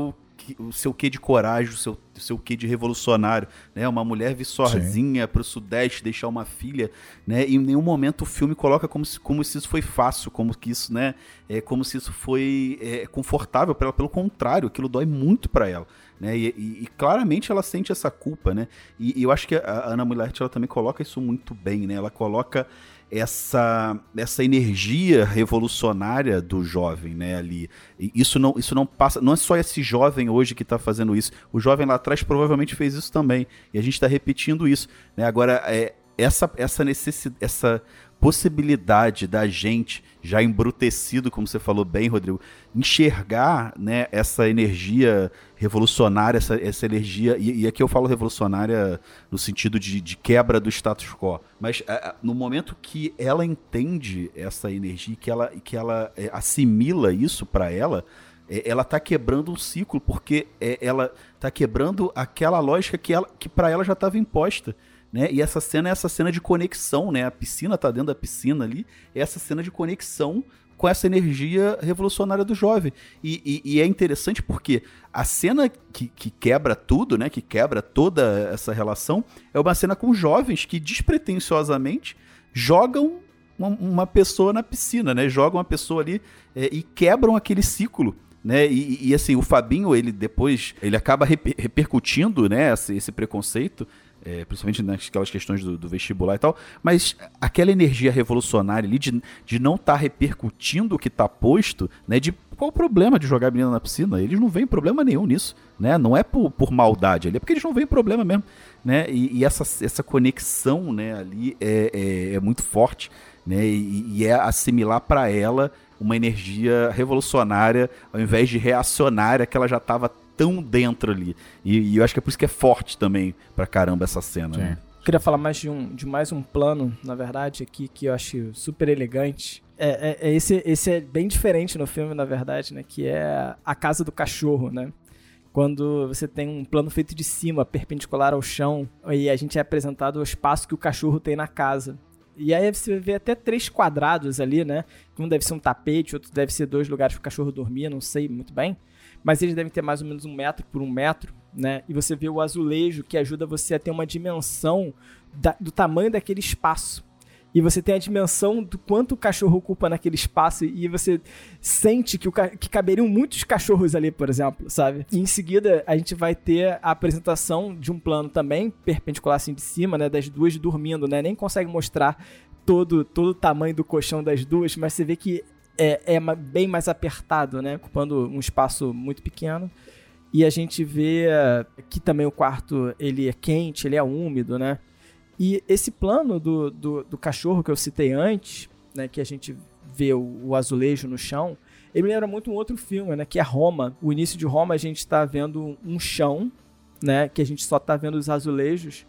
quê de coragem, o seu quê de revolucionário, né? Uma mulher vir sozinha pro Sudeste, deixar uma filha, né? E em nenhum momento o filme coloca como se isso foi fácil, como que isso, né? Como se isso foi confortável para ela. Pelo contrário, aquilo dói muito para ela, né? E claramente ela sente essa culpa, né? E eu acho que a Ana Muilaert, ela também coloca isso muito bem, né? Ela coloca essa energia revolucionária do jovem, né, ali. E isso não passa, não é só esse jovem hoje que está fazendo isso. O jovem lá atrás provavelmente fez isso também. E a gente está repetindo isso, né? Agora, essa necessidade, essa possibilidade da gente, já embrutecido, como você falou bem, Rodrigo, enxergar, né, essa energia revolucionária, essa energia, e aqui eu falo revolucionária no sentido de quebra do status quo, mas no momento que ela entende essa energia, que ela assimila isso para ela tá quebrando um ciclo, porque ela tá quebrando aquela lógica que para ela já estava imposta. Né? E essa cena é essa cena de conexão, né? A piscina tá dentro da piscina ali, é essa cena de conexão com essa energia revolucionária do jovem. E é interessante porque a cena que quebra tudo, né? Que quebra toda essa relação, é uma cena com jovens que despretensiosamente jogam uma pessoa na piscina, né? Jogam uma pessoa ali e quebram aquele ciclo. né? E assim, o Fabinho, ele depois, ele acaba repercutindo, né, esse preconceito, principalmente naquelas questões do vestibular e tal, mas aquela energia revolucionária ali de não estar repercutindo o que está posto, né, de qual o problema de jogar a menina na piscina? Eles não veem problema nenhum nisso, né? Não é por maldade ali, é porque eles não veem problema mesmo, né? E essa conexão, né, ali é muito forte, né? E é assimilar para ela uma energia revolucionária ao invés de reacionária que ela já estava tão dentro ali. E eu acho que é por isso que é forte também pra caramba essa cena, né? Queria falar mais de mais um plano, na verdade, aqui, que eu acho super elegante. Esse é bem diferente no filme, na verdade, né? Que é a casa do cachorro, né? Quando você tem um plano feito de cima, perpendicular ao chão, e a gente é apresentado o espaço que o cachorro tem na casa. E aí você vê até 3 quadrados ali, né? Um deve ser um tapete, outro deve ser 2 lugares para o cachorro dormir, não sei muito bem. Mas eles devem ter mais ou menos 1 metro por 1 metro, né? E você vê o azulejo que ajuda você a ter uma dimensão do tamanho daquele espaço. E você tem a dimensão do quanto o cachorro ocupa naquele espaço e você sente que caberiam muitos cachorros ali, por exemplo, sabe? E em seguida a gente vai ter a apresentação de um plano também perpendicular assim de cima, né? Das duas dormindo, né? Nem consegue mostrar todo o tamanho do colchão das duas, mas você vê que é bem mais apertado, né? Ocupando um espaço muito pequeno. E a gente vê que também o quarto ele é quente, ele é úmido, né? E esse plano do cachorro que eu citei antes, né? Que a gente vê o azulejo no chão, ele me lembra muito um outro filme, né? Que é Roma. O início de Roma a gente está vendo um chão, né? Que a gente só está vendo os azulejos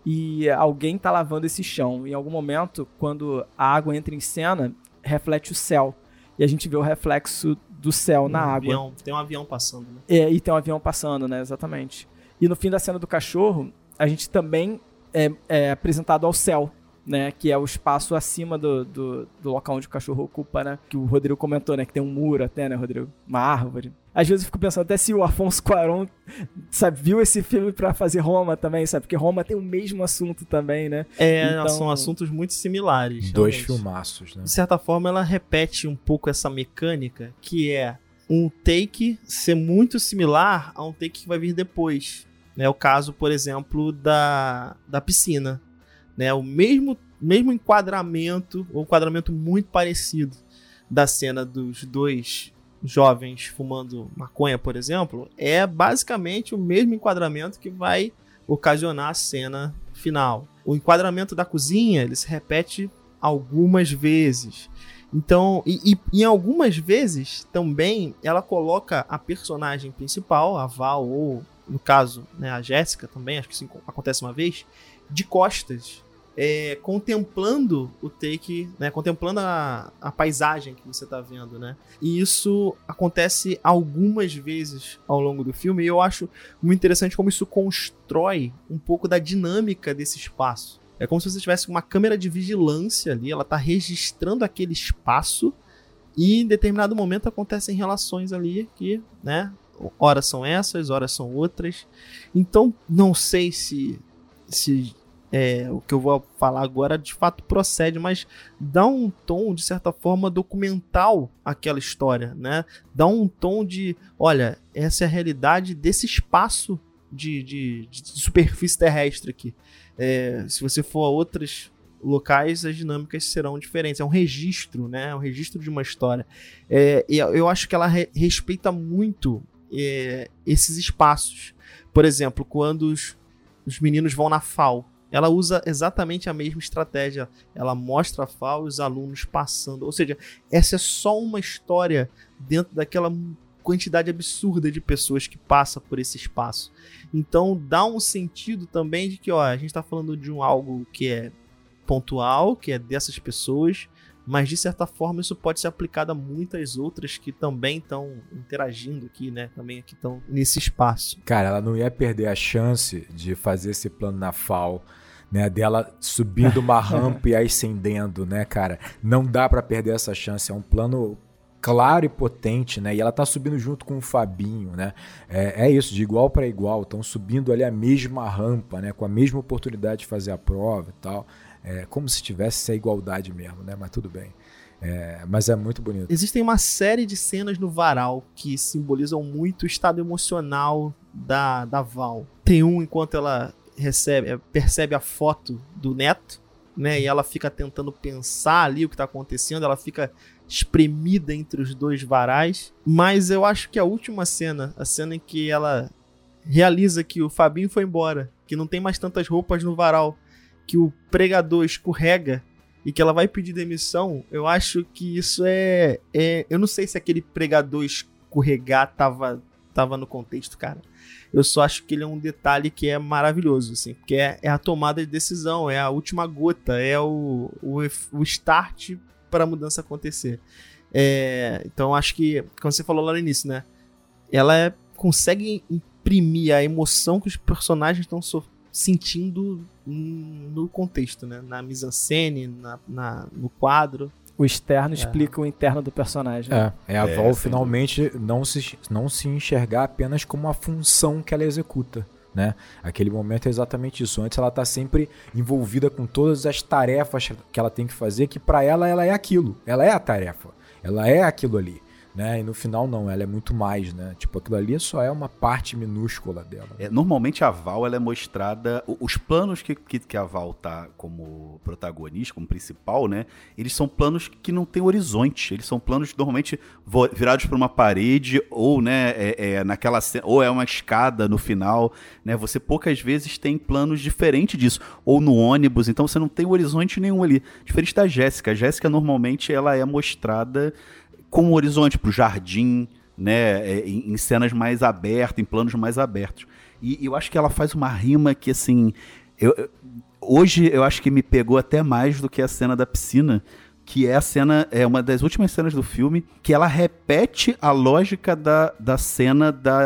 e alguém está lavando esse chão. Em algum momento, quando a água entra em cena, reflete o céu. E a gente vê o reflexo do céu na água. Tem um avião passando, né? E tem um avião passando, né? Exatamente. E no fim da cena do cachorro, a gente também é apresentado ao céu, né? Que é o espaço acima do local onde o cachorro ocupa, né? Que o Rodrigo comentou, né? Que tem um muro até, né, Rodrigo? Uma árvore. Às vezes eu fico pensando até se o Afonso Cuarón, sabe, viu esse filme pra fazer Roma também, sabe? Porque Roma tem o mesmo assunto também, né? Então, são assuntos muito similares. 2 filmaços, né? De certa forma, ela repete um pouco essa mecânica, que é um take ser muito similar a um take que vai vir depois. É o caso, por exemplo, da piscina. Né? O mesmo enquadramento, ou um enquadramento muito parecido da cena dos 2 jovens fumando maconha, por exemplo, é basicamente o mesmo enquadramento que vai ocasionar a cena final. O enquadramento da cozinha, ele se repete algumas vezes. Então, e em algumas vezes também ela coloca a personagem principal, a Val, ou no caso, né, a Jéssica também, acho que isso acontece uma vez, de costas, contemplando o take, né, contemplando a paisagem que você está vendo, né? E isso acontece algumas vezes ao longo do filme, e eu acho muito interessante como isso constrói um pouco da dinâmica desse espaço. É como se você tivesse uma câmera de vigilância ali, ela está registrando aquele espaço, e em determinado momento acontecem relações ali que, né, horas são essas, horas são outras. Então, não sei se o que eu vou falar agora de fato procede, mas dá um tom, de certa forma, documental àquela história, né? Dá um tom de, olha, essa é a realidade desse espaço de superfície terrestre aqui. Se você for a outros locais, as dinâmicas serão diferentes. É um registro, né? É um registro de uma história. E eu acho que ela respeita muito esses espaços. Por exemplo, quando os meninos vão na FAO, ela usa exatamente a mesma estratégia. Ela mostra a FAO e os alunos passando. Ou seja, essa é só uma história dentro daquela quantidade absurda de pessoas que passa por esse espaço. Então dá um sentido também de que a gente está falando de algo que é pontual, que é dessas pessoas, mas de certa forma isso pode ser aplicado a muitas outras que também estão interagindo aqui, né? Também aqui estão nesse espaço. Cara, ela não ia perder a chance de fazer esse plano na FAO, né? Dela subindo uma rampa e ascendendo, né, cara? Não dá pra perder essa chance. É um plano claro e potente, né? E ela tá subindo junto com o Fabinho, né? É isso, de igual para igual. Estão subindo ali a mesma rampa, né? Com a mesma oportunidade de fazer a prova e tal. Como se tivesse essa igualdade mesmo, né? Mas tudo bem. Mas é muito bonito. Existem uma série de cenas no varal que simbolizam muito o estado emocional da Val. Tem enquanto ela percebe a foto do neto, né? E ela fica tentando pensar ali o que tá acontecendo, ela fica espremida entre os dois varais. Mas eu acho que a última cena, a cena em que ela realiza que o Fabinho foi embora, que não tem mais tantas roupas no varal, que o pregador escorrega e que ela vai pedir demissão, eu acho que isso eu não sei se aquele pregador escorregar tava no contexto, cara. Eu só acho que ele é um detalhe que é maravilhoso, assim, porque é a tomada de decisão, é a última gota, é o start para a mudança acontecer. Então acho que, como você falou lá no início, né, ela consegue imprimir a emoção que os personagens estão sentindo no contexto, né, na mise-en-scène, no quadro. O externo explica o interno do personagem. A Val finalmente não se enxergar apenas como uma função que ela executa, né? Aquele momento é exatamente isso. Antes ela tá sempre envolvida com todas as tarefas que ela tem que fazer, que pra ela é aquilo. Ela é a tarefa. Ela é aquilo ali, né? E no final não, ela é muito mais, né? Tipo, aquilo ali só é uma parte minúscula dela. Normalmente a Val, ela é mostrada... Os planos que a Val tá como protagonista, como principal, né? Eles são planos que não tem horizonte. Eles são planos normalmente virados para uma parede ou, né, naquela cena, ou é uma escada no final, né? Você poucas vezes tem planos diferentes disso. Ou no ônibus, então você não tem horizonte nenhum ali. Diferente da Jéssica. A Jéssica, normalmente, ela é mostrada com um horizonte pro jardim, né, em cenas mais abertas, em planos mais abertos. E eu acho que ela faz uma rima que, assim, hoje eu acho que me pegou até mais do que a cena da piscina, que é uma das últimas cenas do filme, que ela repete a lógica da cena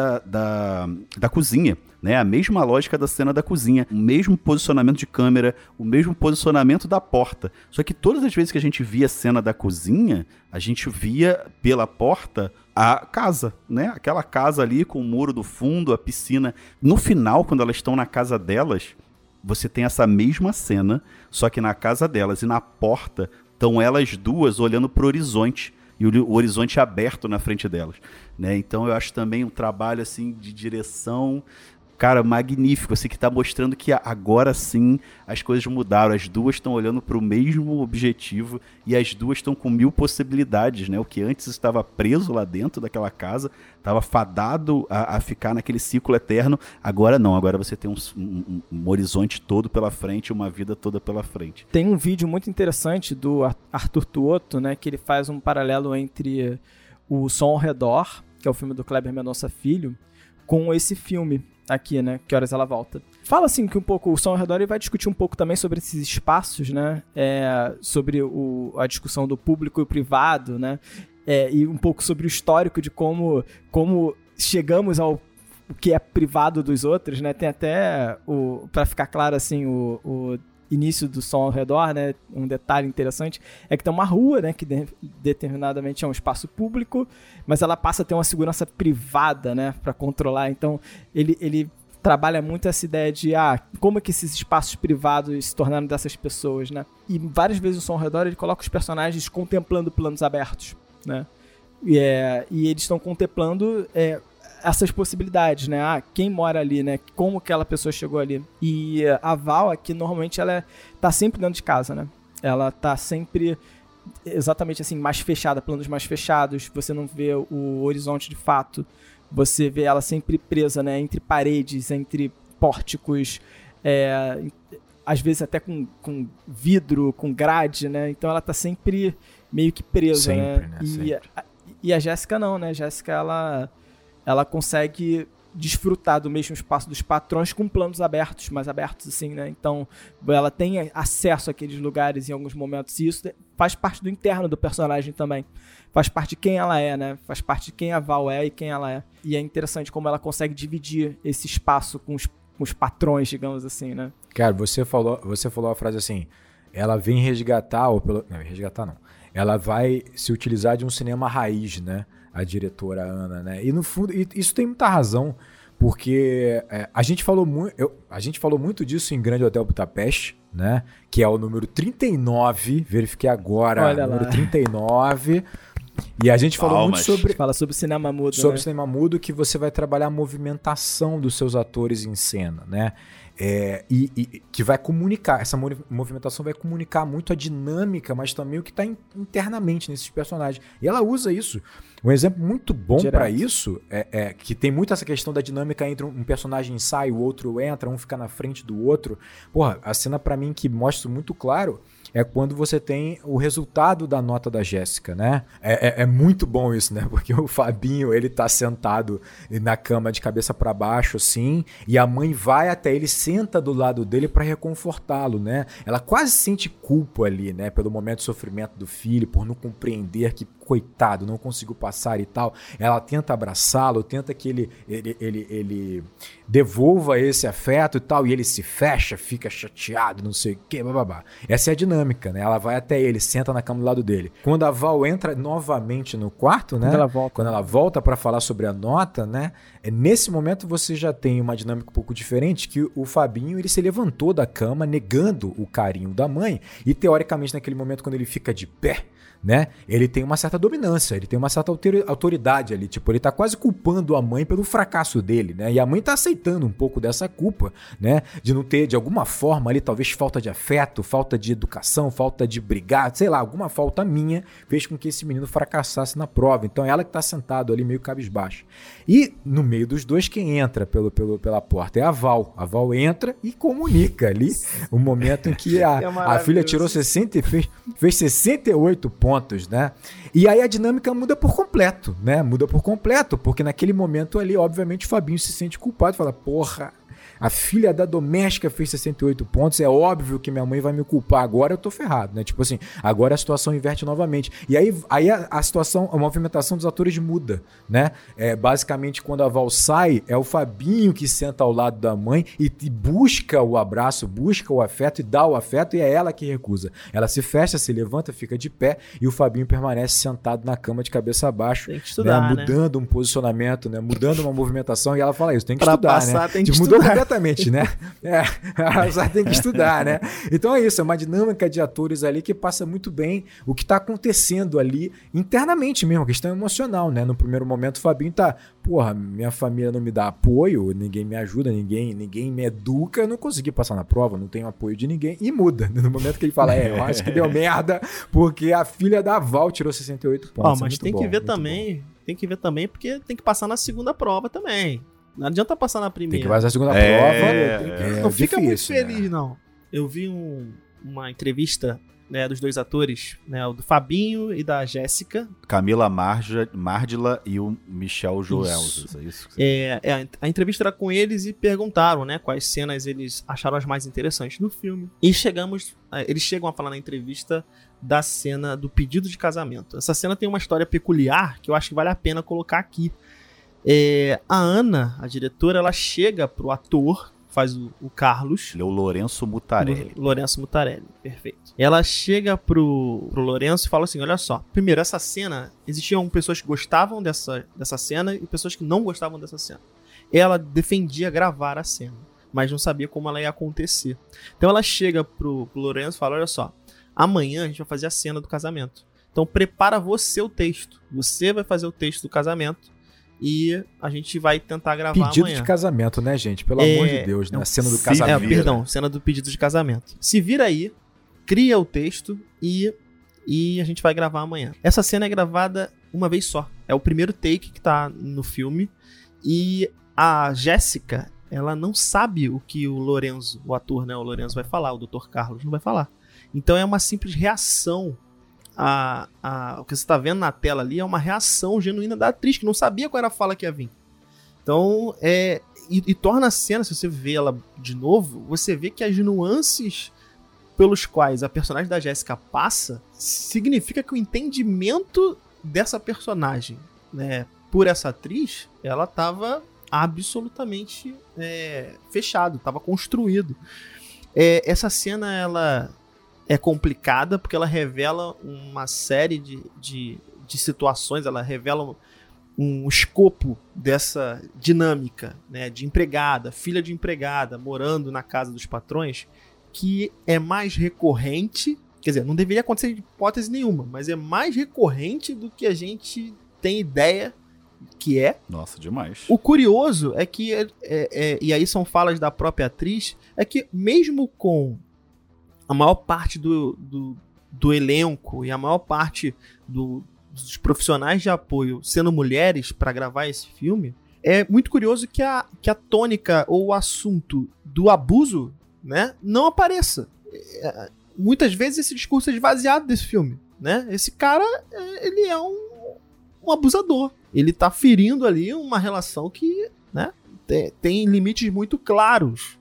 da cozinha. Né, a mesma lógica da cena da cozinha, o mesmo posicionamento de câmera, o mesmo posicionamento da porta. Só que todas as vezes que a gente via a cena da cozinha, a gente via pela porta a casa, né? Aquela casa ali com o muro do fundo, a piscina. No final, quando elas estão na casa delas, você tem essa mesma cena, só que na casa delas e na porta estão elas duas olhando pro horizonte. E o horizonte aberto na frente delas, né? Então eu acho também um trabalho assim de direção, cara, magnífico, assim, que tá mostrando que agora sim as coisas mudaram. As duas estão olhando para o mesmo objetivo e as duas estão com 1000 possibilidades, né? O que antes estava preso lá dentro daquela casa, estava fadado a ficar naquele ciclo eterno, agora não, agora você tem um horizonte todo pela frente, uma vida toda pela frente. Tem um vídeo muito interessante do Arthur Tuotto, né, que ele faz um paralelo entre o Som ao Redor, que é o filme do Kleber Mendonça Filho, com esse filme aqui, né, Que Horas Ela Volta. Fala assim que um pouco o Som ao Redor, ele vai discutir um pouco também sobre esses espaços, né, sobre a discussão do público e o privado, né, e um pouco sobre o histórico de como chegamos ao que é privado dos outros, né, tem até, pra ficar claro assim, o início do Som ao Redor, né, um detalhe interessante é que tem uma rua, né, que determinadamente é um espaço público, mas ela passa a ter uma segurança privada, né, para controlar. Então ele trabalha muito essa ideia de como é que esses espaços privados se tornaram dessas pessoas, né? E várias vezes o Som ao Redor ele coloca os personagens contemplando planos abertos, né? E eles estão contemplando essas possibilidades, né? Quem mora ali, né? Como aquela pessoa chegou ali. E a Val aqui, normalmente, ela tá sempre dentro de casa, né? Ela tá sempre, exatamente assim, mais fechada, planos mais fechados, você não vê o horizonte de fato, você vê ela sempre presa, né? Entre paredes, entre pórticos, às vezes até com vidro, com grade, né? Então ela tá sempre meio que presa, sempre, né? E a Jéssica não, né? A Jéssica, ela consegue desfrutar do mesmo espaço dos patrões com planos abertos, mais abertos assim, né? Então, ela tem acesso àqueles lugares em alguns momentos, e isso faz parte do interno do personagem também. Faz parte de quem ela é, né? Faz parte de quem a Val é e quem ela é. E é interessante como ela consegue dividir esse espaço com os patrões, digamos assim, né? Cara, você falou a frase assim, ela vem resgatar, não, resgatar não. Ela vai se utilizar de um cinema raiz, né? A diretora Ana, né? E no fundo, isso tem muita razão, porque a gente falou muito disso em Grande Hotel Budapeste, né? Que é o número 39, verifiquei agora, Olha número lá. 39. E a gente falou muito sobre... Fala sobre cinema mudo, Sobre né? cinema mudo, que você vai trabalhar a movimentação dos seus atores em cena, né? E que vai comunicar, essa movimentação vai comunicar muito a dinâmica, mas também o que está internamente nesses personagens. E ela usa isso. Um exemplo muito bom para isso é que tem muito essa questão da dinâmica entre um personagem sai, o outro entra, um fica na frente do outro. Porra, a cena para mim que mostra muito claro é quando você tem o resultado da nota da Jéssica, né? É muito bom isso, né? Porque o Fabinho, ele tá sentado na cama de cabeça para baixo, assim, e a mãe vai até ele, senta do lado dele para reconfortá-lo, né? Ela quase sente culpa ali, né? Pelo momento de sofrimento do filho, por não compreender que, coitado, não conseguiu passar e tal. Ela tenta abraçá-lo, tenta que ele devolva esse afeto e tal, e ele se fecha, fica chateado, não sei o que, bababá. Essa é a dinâmica, né? Ela vai até ele, senta na cama do lado dele. Quando a Val entra novamente no quarto, né? Quando ela volta para falar sobre a nota, né? Nesse momento você já tem uma dinâmica um pouco diferente, que o Fabinho, ele se levantou da cama negando o carinho da mãe, e teoricamente naquele momento quando ele fica de pé, né? Ele tem uma certa dominância, ele tem uma certa autoridade ali, tipo, ele tá quase culpando a mãe pelo fracasso dele, né? E a mãe tá aceitando um pouco dessa culpa, né? De não ter, de alguma forma ali, talvez falta de afeto, falta de educação, falta de brigar, sei lá, alguma falta minha fez com que esse menino fracassasse na prova. Então ela que tá sentado ali meio cabisbaixo. E no meio dos dois, quem entra pela porta é a Val. A Val entra e comunica ali o momento em que a filha tirou 60 e fez 68 pontos, né? E aí a dinâmica muda por completo, né? Muda por completo, porque naquele momento ali, obviamente, o Fabinho se sente culpado e fala, porra, a filha da doméstica fez 68 pontos, é óbvio que minha mãe vai me culpar, agora eu tô ferrado, né? Tipo assim, agora a situação inverte novamente. E aí a situação, a movimentação dos atores muda, né? Basicamente, quando a Val sai, é o Fabinho que senta ao lado da mãe e busca o abraço, busca o afeto e dá o afeto, e é ela que recusa. Ela se fecha, se levanta, fica de pé, e o Fabinho permanece sentado na cama de cabeça abaixo, tem que estudar, né? Mudando um posicionamento, né? Mudando uma movimentação, e ela fala isso, tem que pra estudar, passar, né? Tem que mudou estudar. completamente, né? Só tem que estudar, né? Então é isso, é uma dinâmica de atores ali que passa muito bem o que tá acontecendo ali internamente mesmo, questão emocional, né? No primeiro momento o Fabinho tá, porra, minha família não me dá apoio, ninguém me ajuda, ninguém me educa, eu não consegui passar na prova, não tenho apoio de ninguém, e muda. No momento que ele fala, eu acho que deu merda, porque a filha da Val tirou 68 pontos. Mas tem que ver também, porque tem que passar na segunda prova também. Não adianta passar na primeira. Tem que fazer a segunda prova. Não fica muito difícil, feliz, né? não. Eu vi uma entrevista, né, dos dois atores, né, o do Fabinho e da Jéssica. Camila Márdila e o Michel Joelzes, é isso? A entrevista era com eles e perguntaram, né, quais cenas eles acharam as mais interessantes do filme. E eles chegam a falar na entrevista da cena do pedido de casamento. Essa cena tem uma história peculiar que eu acho que vale a pena colocar aqui. A Ana, a diretora, ela chega pro ator, faz o Carlos. Ele é o Lourenço Mutarelli. Lourenço Mutarelli, perfeito. Ela chega pro Lourenço e fala assim, olha só, primeiro, essa cena, existiam pessoas que gostavam dessa cena e pessoas que não gostavam dessa cena. Ela defendia gravar a cena, mas não sabia como ela ia acontecer. Então ela chega pro Lourenço e fala, olha só, amanhã a gente vai fazer a cena do casamento. Então prepara você o texto. Você vai fazer o texto do casamento. E a gente vai tentar gravar pedido amanhã. De casamento, né, gente? Pelo amor de Deus, né? A cena do casamento. Cena do pedido de casamento. Se vira aí, cria o texto e a gente vai gravar amanhã. Essa cena é gravada uma vez só. É o primeiro take que tá no filme. E a Jéssica, ela não sabe o que o Lorenzo, o ator, né, o Lorenzo vai falar, o Dr. Carlos não vai falar. Então é uma simples reação. O que você está vendo na tela ali é uma reação genuína da atriz, que não sabia qual era a fala que ia vir. Então, e torna a cena, se você vê ela de novo, você vê que as nuances pelos quais a personagem da Jéssica passa, significa que o entendimento dessa personagem, né, por essa atriz, ela estava absolutamente fechado, estava construído. Essa cena, ela é complicada porque ela revela uma série de situações, ela revela um escopo dessa dinâmica, né, de empregada, filha de empregada, morando na casa dos patrões, que é mais recorrente, quer dizer, não deveria acontecer de hipótese nenhuma, mas é mais recorrente do que a gente tem ideia que é. Nossa, demais. O curioso é que, e aí são falas da própria atriz, é que mesmo com a maior parte do elenco e a maior parte dos profissionais de apoio sendo mulheres para gravar esse filme, é muito curioso que a tônica ou o assunto do abuso, né, não apareça. Muitas vezes esse discurso é esvaziado desse filme, né? Esse cara, ele é um abusador. Ele tá ferindo ali uma relação que, né, tem limites muito claros.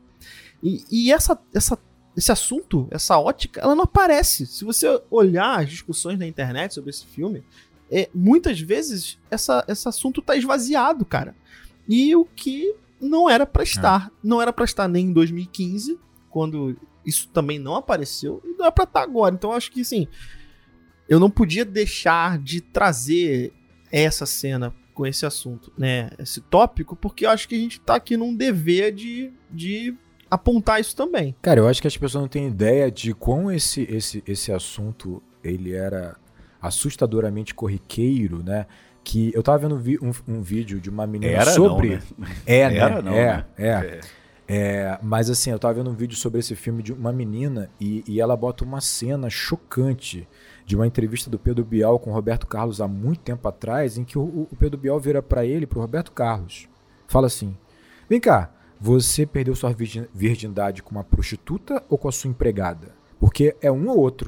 E esse assunto, essa ótica, ela não aparece. Se você olhar as discussões na internet sobre esse filme, muitas vezes esse assunto tá esvaziado, cara. E o que não era pra estar. Não era pra estar nem em 2015, quando isso também não apareceu, e não é pra estar agora. Então eu acho que, assim, eu não podia deixar de trazer essa cena com esse assunto, né, esse tópico, porque eu acho que a gente tá aqui num dever de apontar isso também. Cara, eu acho que as pessoas não têm ideia de como esse assunto, ele era assustadoramente corriqueiro, né? Que eu tava vendo um vídeo de uma menina sobre... Não, né? Era, não, né? né? Mas assim, eu tava vendo um vídeo sobre esse filme de uma menina e ela bota uma cena chocante de uma entrevista do Pedro Bial com o Roberto Carlos há muito tempo atrás, em que o Pedro Bial vira pra ele, pro Roberto Carlos, fala assim: vem cá, você perdeu sua virgindade com uma prostituta ou com a sua empregada? Porque é um ou outro.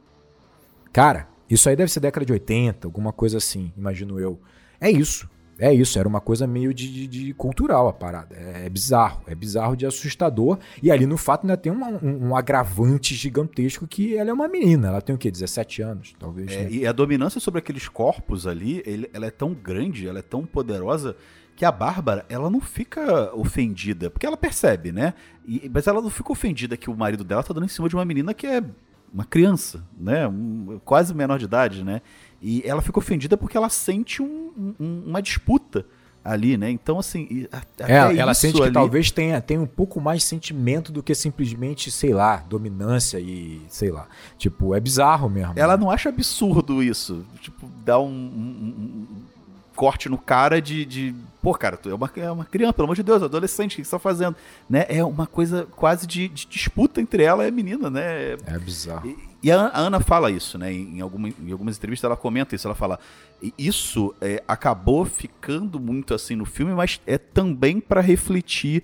Cara, isso aí deve ser década de 80, alguma coisa assim, imagino eu. É isso, era uma coisa meio de cultural a parada. É bizarro de assustador. E ali no fato ainda tem um agravante gigantesco que ela é uma menina. Ela tem o quê? 17 anos, talvez. Né? E a dominância sobre aqueles corpos ali, ela é tão grande, ela é tão poderosa, que a Bárbara, ela não fica ofendida, porque ela percebe, né? Mas ela não fica ofendida que o marido dela tá dando em cima de uma menina que é uma criança, né? Quase menor de idade, né? E ela fica ofendida porque ela sente uma disputa ali, né? Então, assim... ela sente que talvez tenha um pouco mais sentimento do que simplesmente, sei lá, dominância e, sei lá. Tipo, é bizarro mesmo. Ela não acha absurdo isso. Tipo, dá um corte no cara pô, cara, tu é uma criança, pelo amor de Deus, adolescente, o que você tá fazendo? Né? É uma coisa quase de disputa entre ela e a menina, né? É bizarro. E a Ana fala isso, né? Em algumas entrevistas ela comenta isso, ela fala, isso acabou ficando muito assim no filme, mas é também para refletir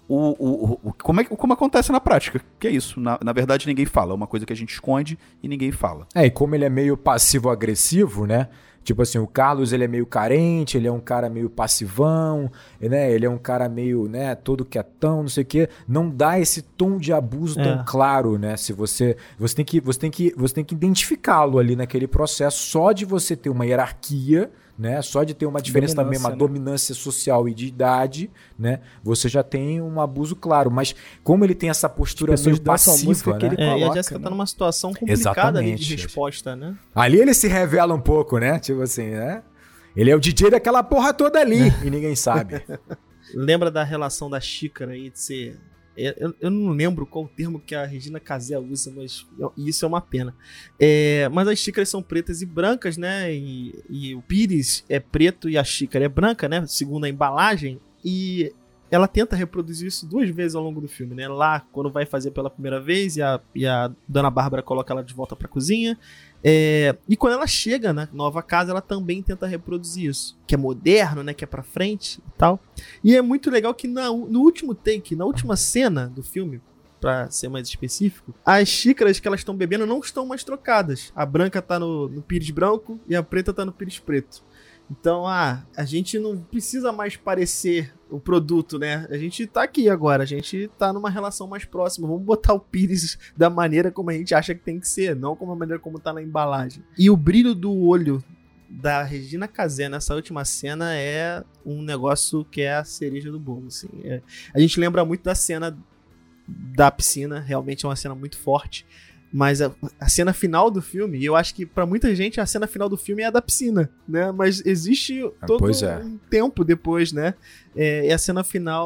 como acontece na prática, que é isso, na verdade ninguém fala, é uma coisa que a gente esconde e ninguém fala. E como ele é meio passivo-agressivo, né? Tipo assim, o Carlos, ele é meio carente, ele é um cara meio passivão, né? Ele é um cara meio, né, todo quietão, não sei o quê. Não dá esse tom de abuso tão claro, né? Se você tem que identificá-lo ali naquele processo, só de você ter uma hierarquia, né? Só de ter uma diferença também, uma dominância social e de idade, né? Você já tem um abuso claro. Mas como ele tem essa postura meio passiva, né? E a Jéssica tá numa situação complicada ali de resposta, né? Ali ele se revela um pouco, né? Tipo assim, né? Ele é o DJ daquela porra toda ali e ninguém sabe. Lembra da relação da xícara aí de ser... Eu não lembro qual o termo que a Regina Casé usa, mas isso é uma pena. Mas as xícaras são pretas e brancas, né? E o pires é preto e a xícara é branca, né? Segundo a embalagem. E ela tenta reproduzir isso 2 vezes ao longo do filme, né? Lá, quando vai fazer pela primeira vez, e a Dona Bárbara coloca ela de volta pra cozinha. E quando ela chega na nova casa, ela também tenta reproduzir isso. Que é moderno, né? Que é pra frente e tal. E é muito legal que no último take, na última cena do filme, pra ser mais específico, as xícaras que elas estão bebendo não estão mais trocadas. A branca tá no pires branco e a preta tá no pires preto. Então, a gente não precisa mais parecer o produto, né? A gente tá aqui agora, a gente tá numa relação mais próxima. Vamos botar o pires da maneira como a gente acha que tem que ser, não como a maneira como tá na embalagem. E o brilho do olho da Regina Casé nessa última cena é um negócio que é a cereja do bolo, assim. A gente lembra muito da cena da piscina, realmente é uma cena muito forte. Mas a cena final do filme, e eu acho que pra muita gente a cena final do filme é a da piscina, né? Mas existe todo um tempo depois, né? E a cena final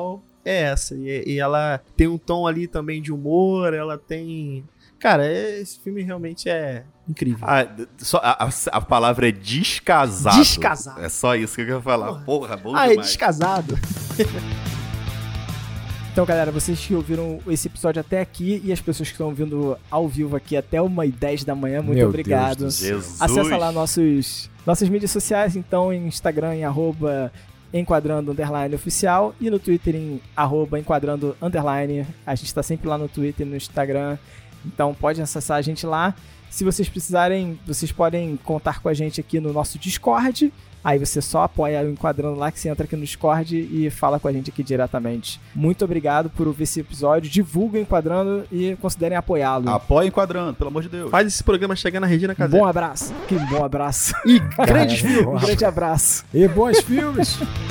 é essa. E ela tem um tom ali também de humor, ela tem... Cara, esse filme realmente é incrível. A palavra é descasado. Descasado. É só isso que eu quero falar. Porra, bom é demais. descasado. Então, galera, vocês que ouviram esse episódio até aqui e as pessoas que estão ouvindo ao vivo aqui até 1h10 da manhã, muito Meu obrigado. Deus do céu. Jesus. Acessa lá nossas mídias sociais, então, em Instagram em @enquadrando_oficial e no Twitter em @enquadrando_. A gente tá sempre lá no Twitter e no Instagram, então pode acessar a gente lá. Se vocês precisarem, vocês podem contar com a gente aqui no nosso Discord. Aí você só apoia o Enquadrando lá, que você entra aqui no Discord e fala com a gente aqui diretamente. Muito obrigado por ouvir esse episódio. Divulguem Enquadrando e considerem apoiá-lo. Apoia Enquadrando, pelo amor de Deus. Faz esse programa chegar na Regina Casé. Bom abraço. Que bom abraço. E grandes filmes. Um grande abraço. E bons filmes!